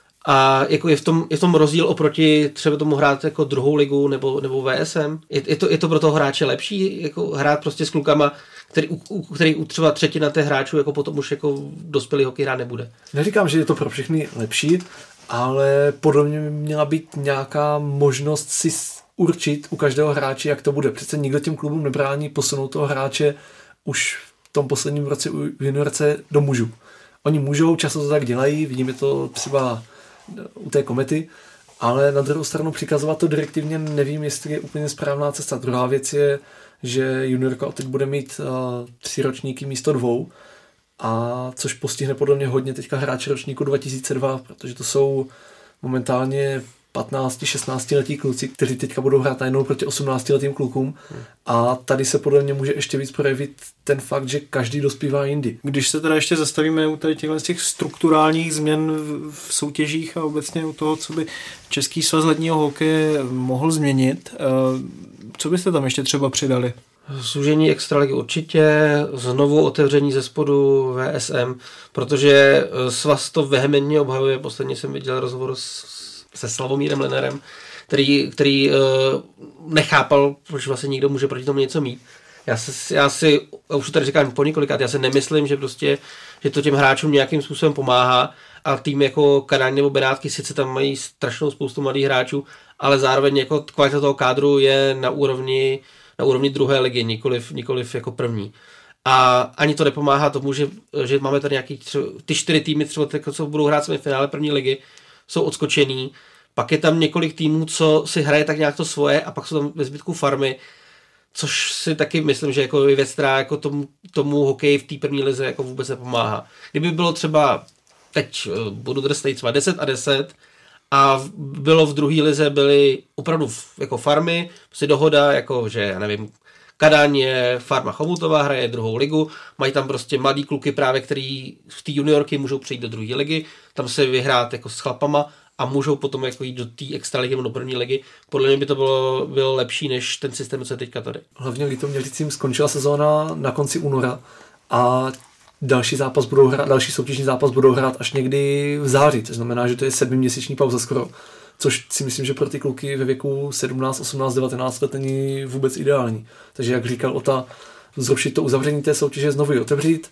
a jako je v tom, je v tom rozdíl oproti třeba tomu hrát jako druhou ligu nebo, nebo V S M. Je, je, to, je to pro toho hráče lepší jako hrát prostě s klukama, který, u, který u třeba třetina těch hráčů jako potom už jako dospělý hokej hrát nebude.
Neříkám, že je to pro všechny lepší, ale podle mě měla být nějaká možnost si určit u každého hráče, jak to bude. Přece nikdo těm klubům nebrání posunout toho hráče už tom posledním roce u juniorce do mužů. Oni můžou, často to tak dělají, vidíme to třeba u té Komety, ale na druhou stranu přikazovat to direktivně nevím, jestli je úplně správná cesta. Druhá věc je, že juniorka teď bude mít uh, tři ročníky místo dvou, a což postihne podle mě hodně teďka hráče ročníku dva tisíce dva, protože to jsou momentálně patnáct šestnáct letí kluci, kteří teďka budou hrát najednou proti osmnáctiletým klukům. A tady se podle mě může ještě víc projevit ten fakt, že každý dospívá jindy.
Když se teda ještě zastavíme u těchto těch strukturálních změn v soutěžích a obecně u toho, co by Český svaz ledního hokeje mohl změnit, co byste tam ještě třeba přidali?
Zúžení extraligy určitě, znovu otevření ze spodu V S M, protože svaz to vehementně obhajuje. Posledně jsem viděl rozhovor s, se Slavomírem Lenerem, který, který uh, nechápal, proč vlastně někdo může proti tomu něco mít. Já, se, já si, už to tady říkám po několikrát, já si nemyslím, že prostě, že to těm hráčům nějakým způsobem pomáhá a tým jako Kadaň nebo Benátky sice tam mají strašnou spoustu mladých hráčů, ale zároveň jako kvalita toho kádru je na úrovni na úrovni druhé ligy, nikoliv, nikoliv jako první. A ani to nepomáhá tomu, že, že máme tady nějaký třeba, ty čtyři týmy, třeba ty, co budou hrát v finále první ligy, jsou odskočený. Pak je tam několik týmů, co si hraje tak nějak to svoje a pak jsou tam ve zbytku farmy, což si taky myslím, že jako věc, která jako tomu, tomu hokeji v té první lize jako vůbec nepomáhá. Kdyby bylo třeba, teď budu drsnej, třeba deset a deset, a bylo v druhé lize, byly opravdu jako farmy, prostě dohoda, jako že, já nevím, Kadaň je farma Chomutová, hraje druhou ligu, mají tam prostě mladý kluky právě, který v té juniorky můžou přijít do druhé ligy, tam se vyhrát jako s chlapama a můžou potom jako jít do té extraligy nebo do první ligy. Podle mě by to bylo, bylo lepší než ten systém, co je teďka tady.
Hlavně Litoměřicím skončila sezóna na konci února a další zápas budou hrát, další soutěžní zápas budou hrát až někdy v září, což znamená, že to je sedmiměsíční pauza skoro, což si myslím, že pro ty kluky ve věku sedmnáct, osmnáct, devatenáct let není vůbec ideální. Takže jak říkal Ota, zrušit to uzavření té soutěže, znovu ji otevřít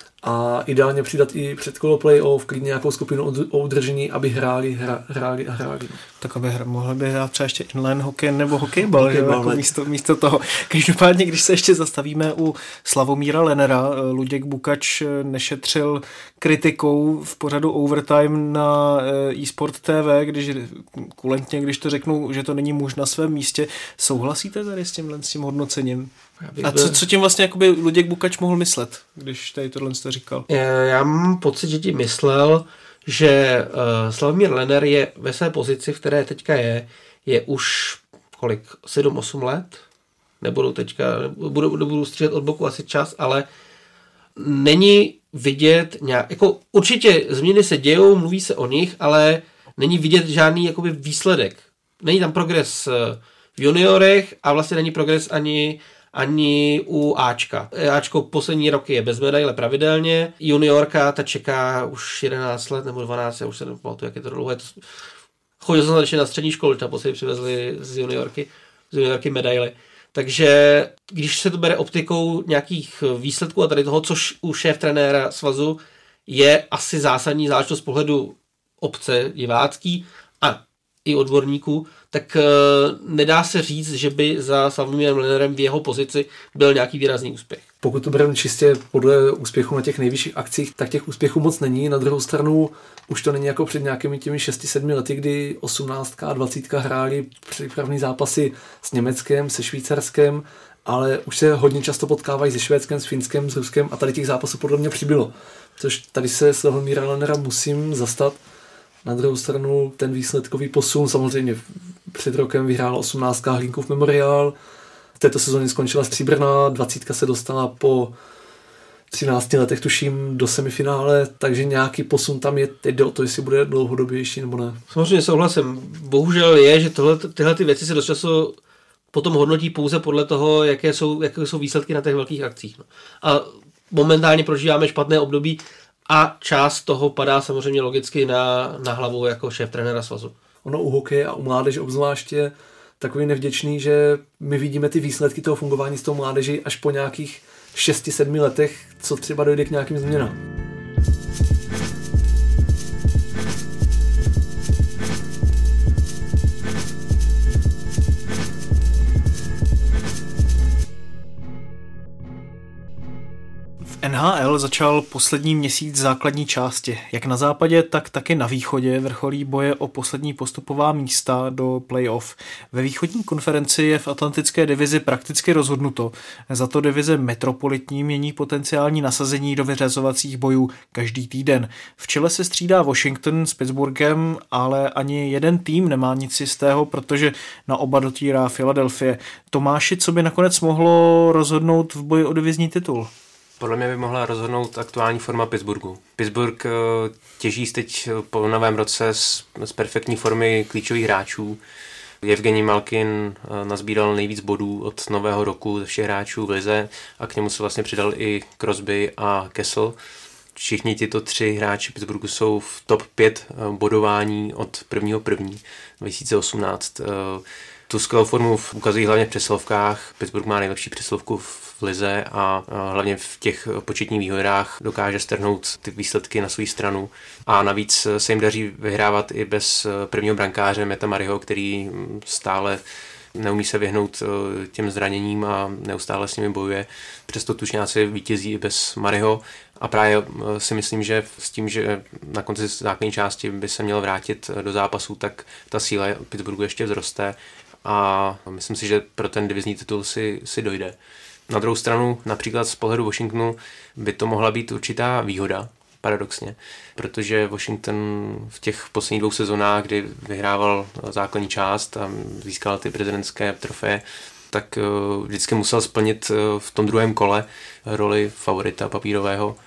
a ideálně přidat i předkolo playoff, klidně nějakou skupinu o udržení, aby hráli, hra, hráli a hráli.
Tak aby hra, mohli by hrát třeba ještě inline hokej nebo hokejbal, hokejbal jako místo, místo toho. Každopádně, když se ještě zastavíme u Slavomíra Lenera, Luděk Bukač nešetřil kritikou v pořadu Overtime na eSport T V, když kulentně, když to řeknu, že to není muž na svém místě. Souhlasíte tady s tímhle s tím hodnocením? A co, co tím vlastně jakoby Luděk Bukač mohl myslet, když tady tohle jste říkal?
Já mám pocit, že tím myslel, že uh, Slavomír Lener je ve své pozici, v které teďka je, je už kolik, sedm osm let? Nebudu teďka, budu, budu střílet od boku asi čas, ale není vidět nějak, jako určitě změny se dějou, mluví se o nich, ale není vidět žádný jakoby výsledek. Není tam progres v juniorech a vlastně není progres ani ani u Ačka. Ačko poslední roky je bez medaile pravidelně. Juniorka, ta čeká už jedenáct let nebo dvanáct, já už se nepamatuju, jak je to dlouho. Je to... Chodil jsem ještě na střední školu, tam posledně přivezli z juniorky, z juniorky medaily. Takže když se to bere optikou nějakých výsledků a tady toho, což u šéf trenéra svazu je asi zásadní záležitost z pohledu obce divácký a i odborníků, tak uh, nedá se říct, že by za Slavomírem Lenerem v jeho pozici byl nějaký výrazný úspěch.
Pokud to bereme čistě podle úspěchu na těch nejvyšších akcích, tak těch úspěchů moc není. Na druhou stranu už to není jako před nějakými těmi šesti sedmi lety, kdy osmnáctka a dvacítka hráli přípravné zápasy s Německem, se Švýcarskem, ale už se hodně často potkávají se Švédskem, s Finskem, s Ruskem a tady těch zápasů podle mě přibylo. Což tady se Slavomíra Lenera musím zastat. Na druhou stranu ten výsledkový posun, samozřejmě před rokem vyhrál osmnáctka Hlinkův Memoriál, v této sezóně skončila stříbrná, dvacítka se dostala po třinácti letech, tuším, do semifinále, takže nějaký posun tam je, teď jde o to, jestli bude dlouhodobější nebo ne.
Samozřejmě souhlasím. Bohužel je, že tohle, tyhle ty věci se dost často potom hodnotí pouze podle toho, jaké jsou, jaké jsou výsledky na těch velkých akcích. No. A momentálně prožíváme špatné období, a část toho padá samozřejmě logicky na, na hlavu jako šéf trenéra svazu.
Ono u hokeje a u mládeže obzvláště takový nevděčný, že my vidíme ty výsledky toho fungování s tou mládeží až po nějakých šesti sedmi letech, co třeba dojde k nějakým změnám.
V N H L začal poslední měsíc základní části. Jak na západě, tak taky na východě vrcholí boje o poslední postupová místa do playoff. Ve východní konferenci je v atlantické divizi prakticky rozhodnuto. Za to divize metropolitní mění potenciální nasazení do vyřazovacích bojů každý týden. V čele se střídá Washington s Pittsburghem, ale ani jeden tým nemá nic jistého, protože na oba dotírá Philadelphia. Tomáši, co by nakonec mohlo rozhodnout v boji o divizní titul?
Podle mě by mohla rozhodnout aktuální forma Pittsburghu. Pittsburgh těží teď po novém roce z, z perfektní formy klíčových hráčů. Evgeni Malkin nazbíral nejvíc bodů od nového roku ze všech hráčů v lize a k němu se vlastně přidal i Crosby a Kessel. Všichni tyto tři hráči Pittsburghu jsou v top pět bodování od prvního prvního dva tisíce osmnáct. Tu skvělou formu ukazují hlavně v přesilovkách. Pittsburgh má nejlepší přesilovku v lize a hlavně v těch početních výhodách dokáže strhnout ty výsledky na svou stranu. A navíc se jim daří vyhrávat i bez prvního brankáře Matta Murrayho, který stále neumí se vyhnout těm zraněním a neustále s nimi bojuje. Přesto tučňáci vítězí i bez Murrayho. A právě si myslím, že s tím, že na konci základní části by se měl vrátit do zápasu, tak ta síla Pittsburghu ještě vzroste a myslím si, že pro ten divizní titul si, si dojde. Na druhou stranu, například z pohledu Washingtonu, by to mohla být určitá výhoda, paradoxně, protože Washington v těch posledních dvou sezónách, kdy vyhrával základní část a získal ty prezidentské trofeje, tak vždycky musel splnit v tom druhém kole roli favorita papírového.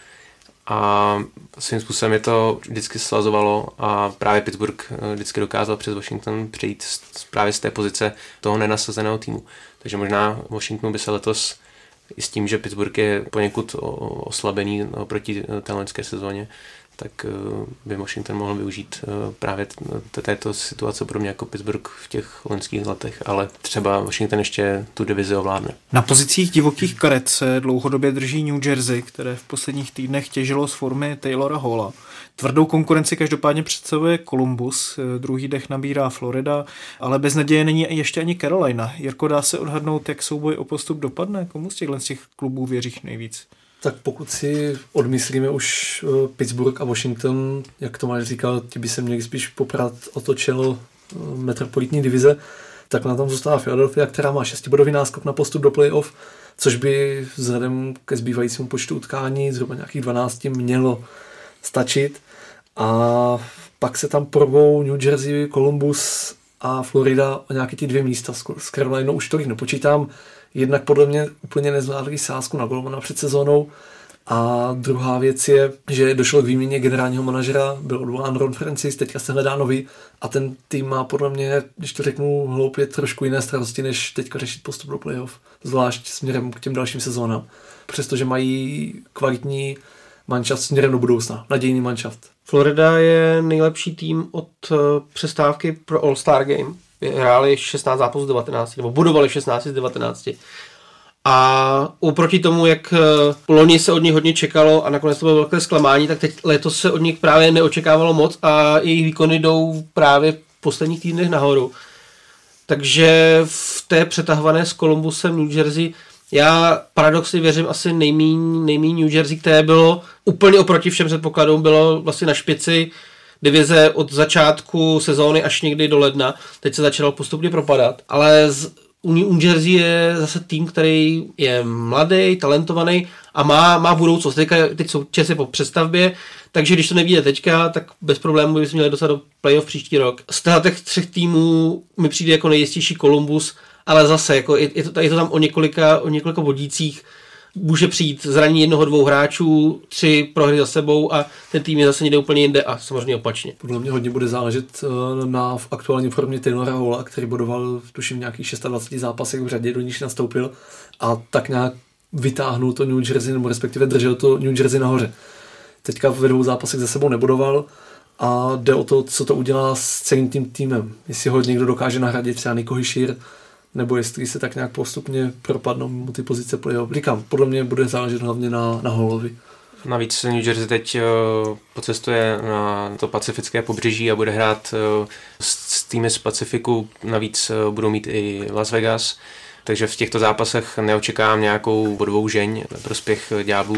A svým způsobem je to vždycky slazovalo a právě Pittsburgh vždycky dokázal přes Washington přejít právě z té pozice toho nenasazeného týmu. Takže možná Washingtonu by se letos i s tím, že Pittsburgh je poněkud oslabený proti té loňské sezóně, tak by Washington mohl využít právě této situace podobně jako Pittsburgh v těch loňských letech, ale třeba Washington ještě tu divizi ovládne.
Na pozicích divokých karet se dlouhodobě drží New Jersey, které v posledních týdnech těžilo z formy Taylora Halla. Tvrdou konkurenci každopádně představuje Columbus, druhý dech nabírá Florida, ale bez naděje není ještě ani Carolina. Jirko, dá se odhadnout, jak souboj o postup dopadne? Komu z těchto z těch klubů věříš nejvíc?
Tak pokud si odmyslíme už Pittsburgh a Washington, jak Tomáš říkal, ti by se měli spíš poprat o to čelo metropolitní divize, tak na tom zůstává Philadelphia, která má šestibodový náskok na postup do playoff, což by vzhledem ke zbývajícímu počtu utkání zhruba nějakých dvanáct mělo stačit. A pak se tam porvou New Jersey, Columbus a Florida o nějaké ty dvě místa. S Carolinou už tolik nepočítám. Jednak podle mě úplně nezvládli sázku na golmana před sezónou. A druhá věc je, že došlo k výměně generálního manažera, byl odvolán Ron Francis, teďka se hledá nový a ten tým má podle mě, když to řeknu hloupě, trošku jiné starosti, než teďka řešit postup do playoff, zvlášť směrem k těm dalším sezónám. Přestože mají kvalitní manšaft směrem do budoucna, nadějný manšaft.
Florida je nejlepší tým od přestávky pro All-Star Game. Hráli šestnáct zápasů z devatenácti, nebo budovali šestnáct z devatenácti. A oproti tomu, jak loni se od nich hodně čekalo a nakonec to bylo velké zklamání, tak teď letos se od nich právě neočekávalo moc a jejich výkony jdou právě v posledních týdnech nahoru. Takže v té přetahované s Columbusem New Jersey já paradoxně věřím asi nejmíň, nejmíň New Jersey, které bylo úplně oproti všem předpokladům, bylo vlastně na špici divize od začátku sezóny až někdy do ledna. Teď se začalo postupně propadat, ale z New Jersey je zase tým, který je mladý, talentovaný a má, má budoucnost. Teďka, teď jsou časy po přestavbě, takže když to nevíde teďka, tak bez problémů by se měli dostat do playoff příští rok. Z těch třech týmů mi přijde jako nejistější Columbus, ale zase jako je, je, to, je to tam o několika, o několika bodících. Může přijít zranění jednoho, dvou hráčů, tři prohry za sebou a ten tým je zase někde úplně jinde a samozřejmě opačně.
Podle mě hodně bude záležet na v aktuální formě Taylora Halla, který bodoval tuším v nějakých dvaceti šesti zápasech v řadě, do níž nastoupil a tak nějak vytáhnul to New Jersey, nebo respektive držel to New Jersey nahoře. Teďka ve dvou zápasech za sebou nebodoval a jde o to, co to udělá s celým tím týmem. Jestli ho někdo dokáže nahradit, třeba Nico Hischier, nebo jestli se tak nějak postupně propadnou mimo ty pozice playoff. Říkám, podle mě bude záležet hlavně na, na Hallovi.
Navíc New Jersey teď uh, pocestuje na to pacifické pobřeží a bude hrát uh, s, s týmy z Pacifiku. Navíc uh, budou mít i Las Vegas, takže v těchto zápasech neočekávám nějakou bodovou žeň ve prospěch ďáblů.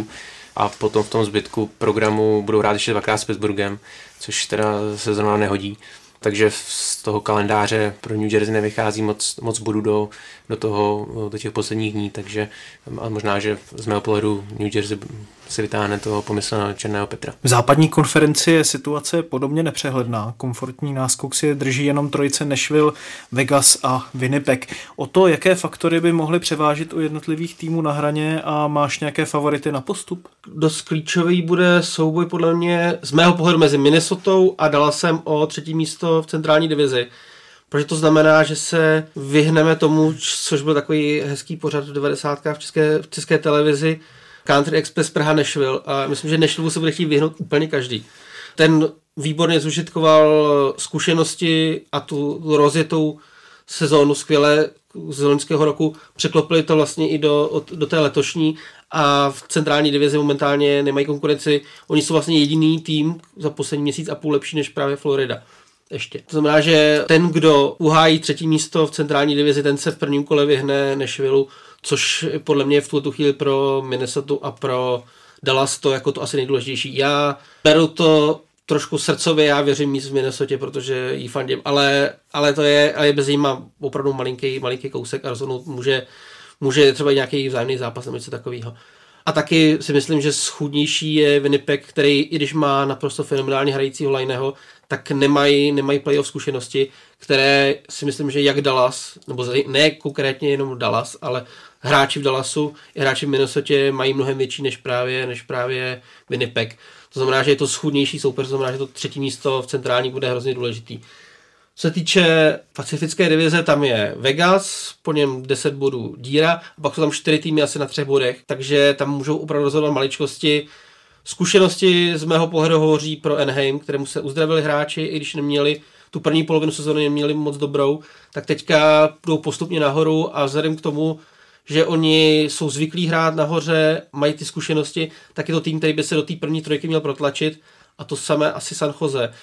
a potom v tom zbytku programu budou hrát ještě dvakrát s Pittsburghem, což teda se zrovna nehodí. Takže z toho kalendáře pro New Jersey nevychází moc, moc bodů do, do, toho, do těch posledních dní, takže a možná, že z mého pohledu New Jersey si vytáhne toho pomyslného Černého Petra.
V západní konferenci je situace podobně nepřehledná. Komfortní náskok si drží jenom trojice Nashville, Vegas a Winnipeg. O to, jaké faktory by mohly převážit u jednotlivých týmů na hraně a máš nějaké favority na postup?
Dost klíčový bude souboj podle mě z mého pohledu mezi Minnesotou a Dallasem o třetí místo v centrální divizi. Protože to znamená, že se vyhneme tomu, což byl takový hezký pořad v devadesátkách v české, v české televizi, Country Express Praha Nashville, a myslím, že Nashville se bude chtít vyhnout úplně každý. Ten výborně zužitkoval zkušenosti a tu rozjetou sezónu skvěle z loňského roku, překlopili to vlastně i do, do té letošní a v centrální divizi momentálně nemají konkurenci. Oni jsou vlastně jediný tým za poslední měsíc a půl lepší než právě Florida. Ještě. To znamená, že ten, kdo uhájí třetí místo v centrální divizi, ten se v prvním kole vyhne Nashville, což podle mě je v tuto chvíli pro Minnesota a pro Dallas to jako to asi nejdůležitější. Já beru to trošku srdcově, já věřím víc v Minnesotě, protože jí fandím, ale, ale to je, ale bez jí má opravdu malinký, malinký kousek a rozhodnout může, může třeba nějaký vzájemný zápas nebo něco takového. A taky si myslím, že schůdnější je Winnipeg, který, i když má naprosto fenomenálně hrajícího Laineho, tak nemají, nemají playoff zkušenosti, které si myslím, že jak Dallas, nebo ne konkrétně jenom Dallas, ale hráči v Dallasu i hráči v Minnesotě mají mnohem větší než právě, než právě Winnipeg. To znamená, že je to schůdnější soupeř, to znamená, že to třetí místo v centrální bude hrozně důležitý. Co se týče pacifické divize, tam je Vegas, po něm deset bodů díra, a pak jsou tam čtyři týmy asi na třech bodech, takže tam můžou opravdu rozhodovat maličkosti. Zkušenosti z mého pohledu hovoří pro Anaheim, kterému se uzdravili hráči, i když neměli tu první polovinu sezóny neměli moc dobrou, tak teďka jdou postupně nahoru a vzhledem k tomu, že oni jsou zvyklí hrát nahoře, mají ty zkušenosti, tak je to tým, který by se do té první trojky měl protlačit, a to samé asi San Jose.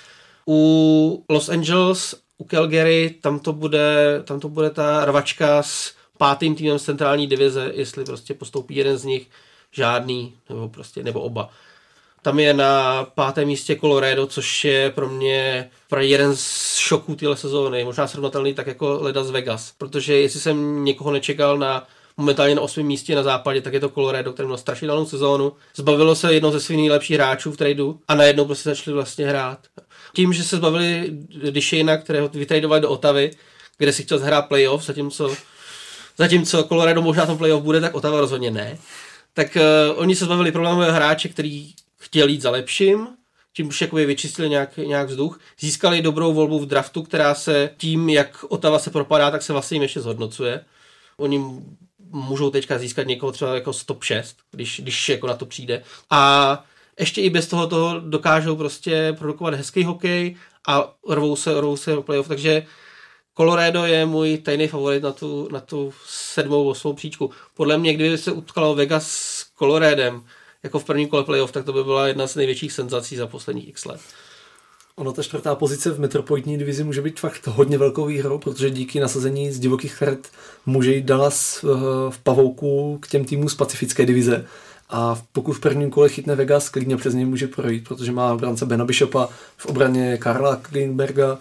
U Los Angeles, u Calgary, tam to bude, tam to bude ta rvačka s pátým týmem z centrální divize, jestli prostě postoupí jeden z nich, žádný, nebo prostě, nebo oba. Tam je na pátém místě Colorado, což je pro mě pro jeden z šoků téhle sezóny, možná srovnatelný tak jako leda z Vegas, protože jestli jsem někoho nečekal na momentálně na osmém místě na západě, tak je to Colorado, který měl strašidelnou sezónu. Zbavilo se jednou ze svých nejlepších hráčů v tradu a najednou prostě začali vlastně hrát. Tím, že se zbavili Dishena, kterého vytradovali do Ottavy, kde si chtěl zhrát playoff, zatímco, zatímco Colorado možná tom playoff bude, tak Ottawa rozhodně ne. Tak uh, oni se zbavili problémového hráče, který chtěl jít za lepším, tím už jakoby vyčistili nějak, nějak vzduch. Získali dobrou volbu v draftu, která se tím, jak Ottawa se propadá, tak se vlastně jim ještě zhodnocuje. Oni můžou teďka získat někoho třeba jako z top šest, když, když jako na to přijde. A ještě i bez toho, toho dokážou prostě produkovat hezký hokej a rvou se, rvou se do playoff. Takže Colorado je můj tajný favorit na tu, na tu sedmou, osmou příčku. Podle mě, kdyby se utkalo Vegas s Coloradem jako v prvním kole playoff, tak to by byla jedna z největších senzací za posledních x let.
Ono, ta čtvrtá pozice v metropolitní divizi může být fakt hodně velkou výhrou, protože díky nasazení z divokých karet může jít Dallas v pavouku k těm týmům z pacifické divize. A pokud v prvním kole chytne Vegas, klidně přes něj může projít, protože má v brance Bena Bishopa, v obraně Karla Klingberga,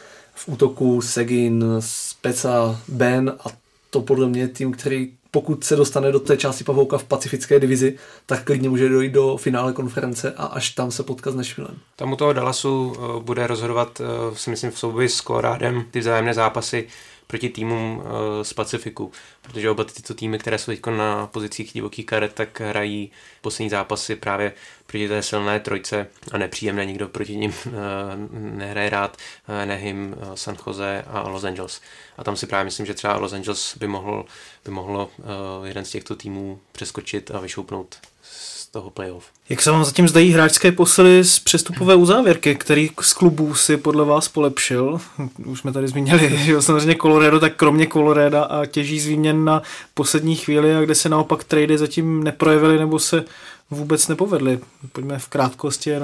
v útoku Seguin, Speca, Ben, a to podle mě je tým, který pokud se dostane do té části pavouka v pacifické divizi, tak klidně může dojít do finále konference a až tam se potkat s Nashvillem.
Tam u toho Dallasu bude rozhodovat, si myslím, v souboji s Colorádem ty vzájemné zápasy proti týmům z Pacifiku, protože oba tyto týmy, které jsou teď na pozicích divokých karet, tak hrají poslední zápasy právě proti té silné trojce a nepříjemné, nikdo proti nim nehraje rád, Anaheim, San Jose a Los Angeles. A tam si právě myslím, že třeba Los Angeles by mohl, by mohlo jeden z těchto týmů přeskočit a vyšoupnout z toho playoff.
Jak se vám zatím zdají hráčské posily z přestupové uzávěrky, který z klubů si podle vás polepšil? Už jsme tady zmínili, že samozřejmě Colorado, tak kromě Colorada a těží z výměn na poslední chvíli, a kde se naopak trady zatím neprojevily nebo se vůbec nepovedly. Pojďme v krátkosti jenom.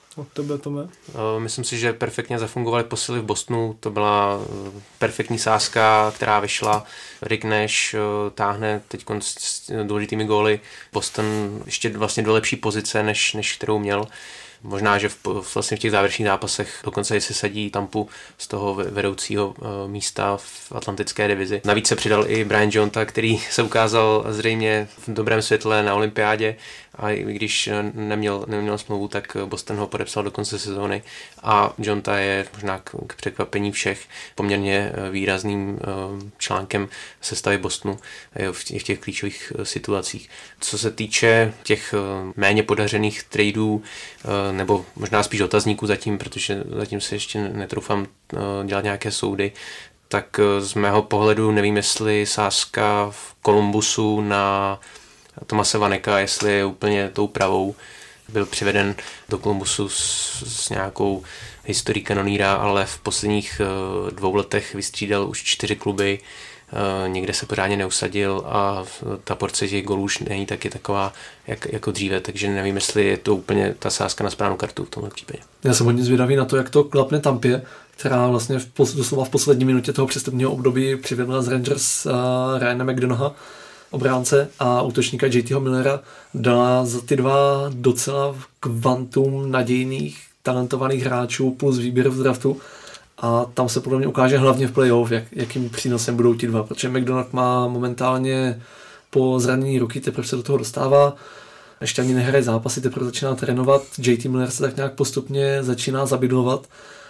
Od tebe, Tome?
Myslím si, že perfektně zafungovaly posily v Bostonu. To byla perfektní sázka, která vyšla. Rick Nash táhne teď s důležitými góly. Boston ještě vlastně do lepší pozice, než, než kterou měl. Možná, že v, vlastně v těch závěrečných zápasech dokonce i si sadí Tampu z toho vedoucího místa v atlantické divizi. Navíc se přidal i Brian Jonta, který se ukázal zřejmě v dobrém světle na olympiádě, a i když neměl, neměl smlouvu, tak Boston ho podepsal do konce sezóny a Jonta je možná k, k překvapení všech poměrně výrazným článkem sestavy Bostonu v těch, v těch klíčových situacích. Co se týče těch méně podařených tradeů, nebo možná spíš otazníků zatím, protože zatím se ještě netroufám dělat nějaké soudy, tak z mého pohledu nevím, jestli sázka v Columbusu na Tomase Vaneka, jestli je úplně tou pravou. Byl přiveden do Columbusu s, s nějakou historií kanoníra, ale v posledních dvou letech vystřídal už čtyři kluby, někde se pořádně neusadil a ta porce těch gólů už není taky taková jak, jako dříve, takže nevím, jestli je to úplně ta sázka na správnou kartu v tomhle případě.
Já jsem hodně zvědavý na to, jak to klapne Tampě, která vlastně v, doslova v poslední minutě toho přestupního období přivedla z Rangers uh, Ryana McDonougha, obránce, a útočníka J T Millera, dala za ty dva docela kvantum nadějných, talentovaných hráčů plus výběr v draftu. A tam se podle mě ukáže hlavně v playoff, jak, jakým přínosem budou ti dva, protože McDonald má momentálně po zranění ruky, teprve se do toho dostává, ještě ani nehraje zápasy, teprve začíná trénovat, J T Miller se tak nějak postupně začíná zabydlovat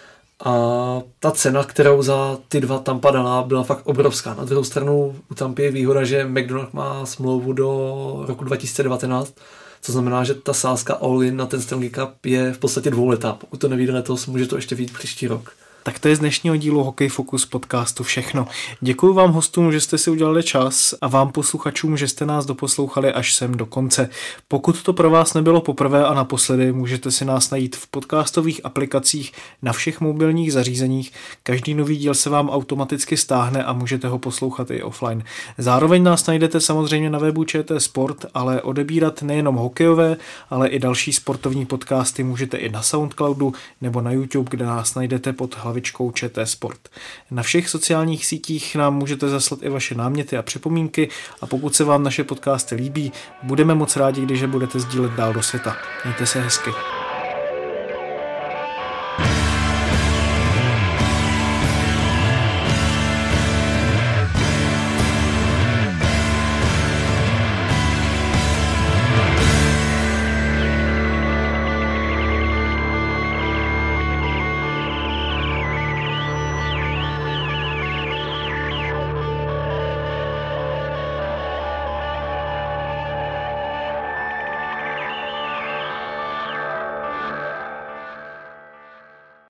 a ta cena, kterou za ty dva Tampa dala, byla fakt obrovská. Na druhou stranu u Tampy je výhoda, že McDonald má smlouvu do roku dva tisíce devatenáct, co znamená, že ta sázka all-in na ten Stanley Cup je v podstatě dvouletá. Pokud to nevíde letos, může to ještě vyjít příští rok.
Tak to je z dnešního dílu Hokej Focus podcastu všechno. Děkuji vám hostům, že jste si udělali čas, a vám posluchačům, že jste nás doposlouchali až sem do konce. Pokud to pro vás nebylo poprvé a naposledy, můžete si nás najít v podcastových aplikacích na všech mobilních zařízeních. Každý nový díl se vám automaticky stáhne a můžete ho poslouchat i offline. Zároveň nás najdete samozřejmě na webu Č T Sport, ale odebírat nejenom hokejové, ale i další sportovní podcasty můžete i na Soundcloudu nebo na YouTube, kde nás najdete pod hlavičkou Č T Sport. Na všech sociálních sítích nám můžete zaslat i vaše náměty a připomínky, a pokud se vám naše podcasty líbí, budeme moc rádi, když je budete sdílet dál do světa. Mějte se hezky.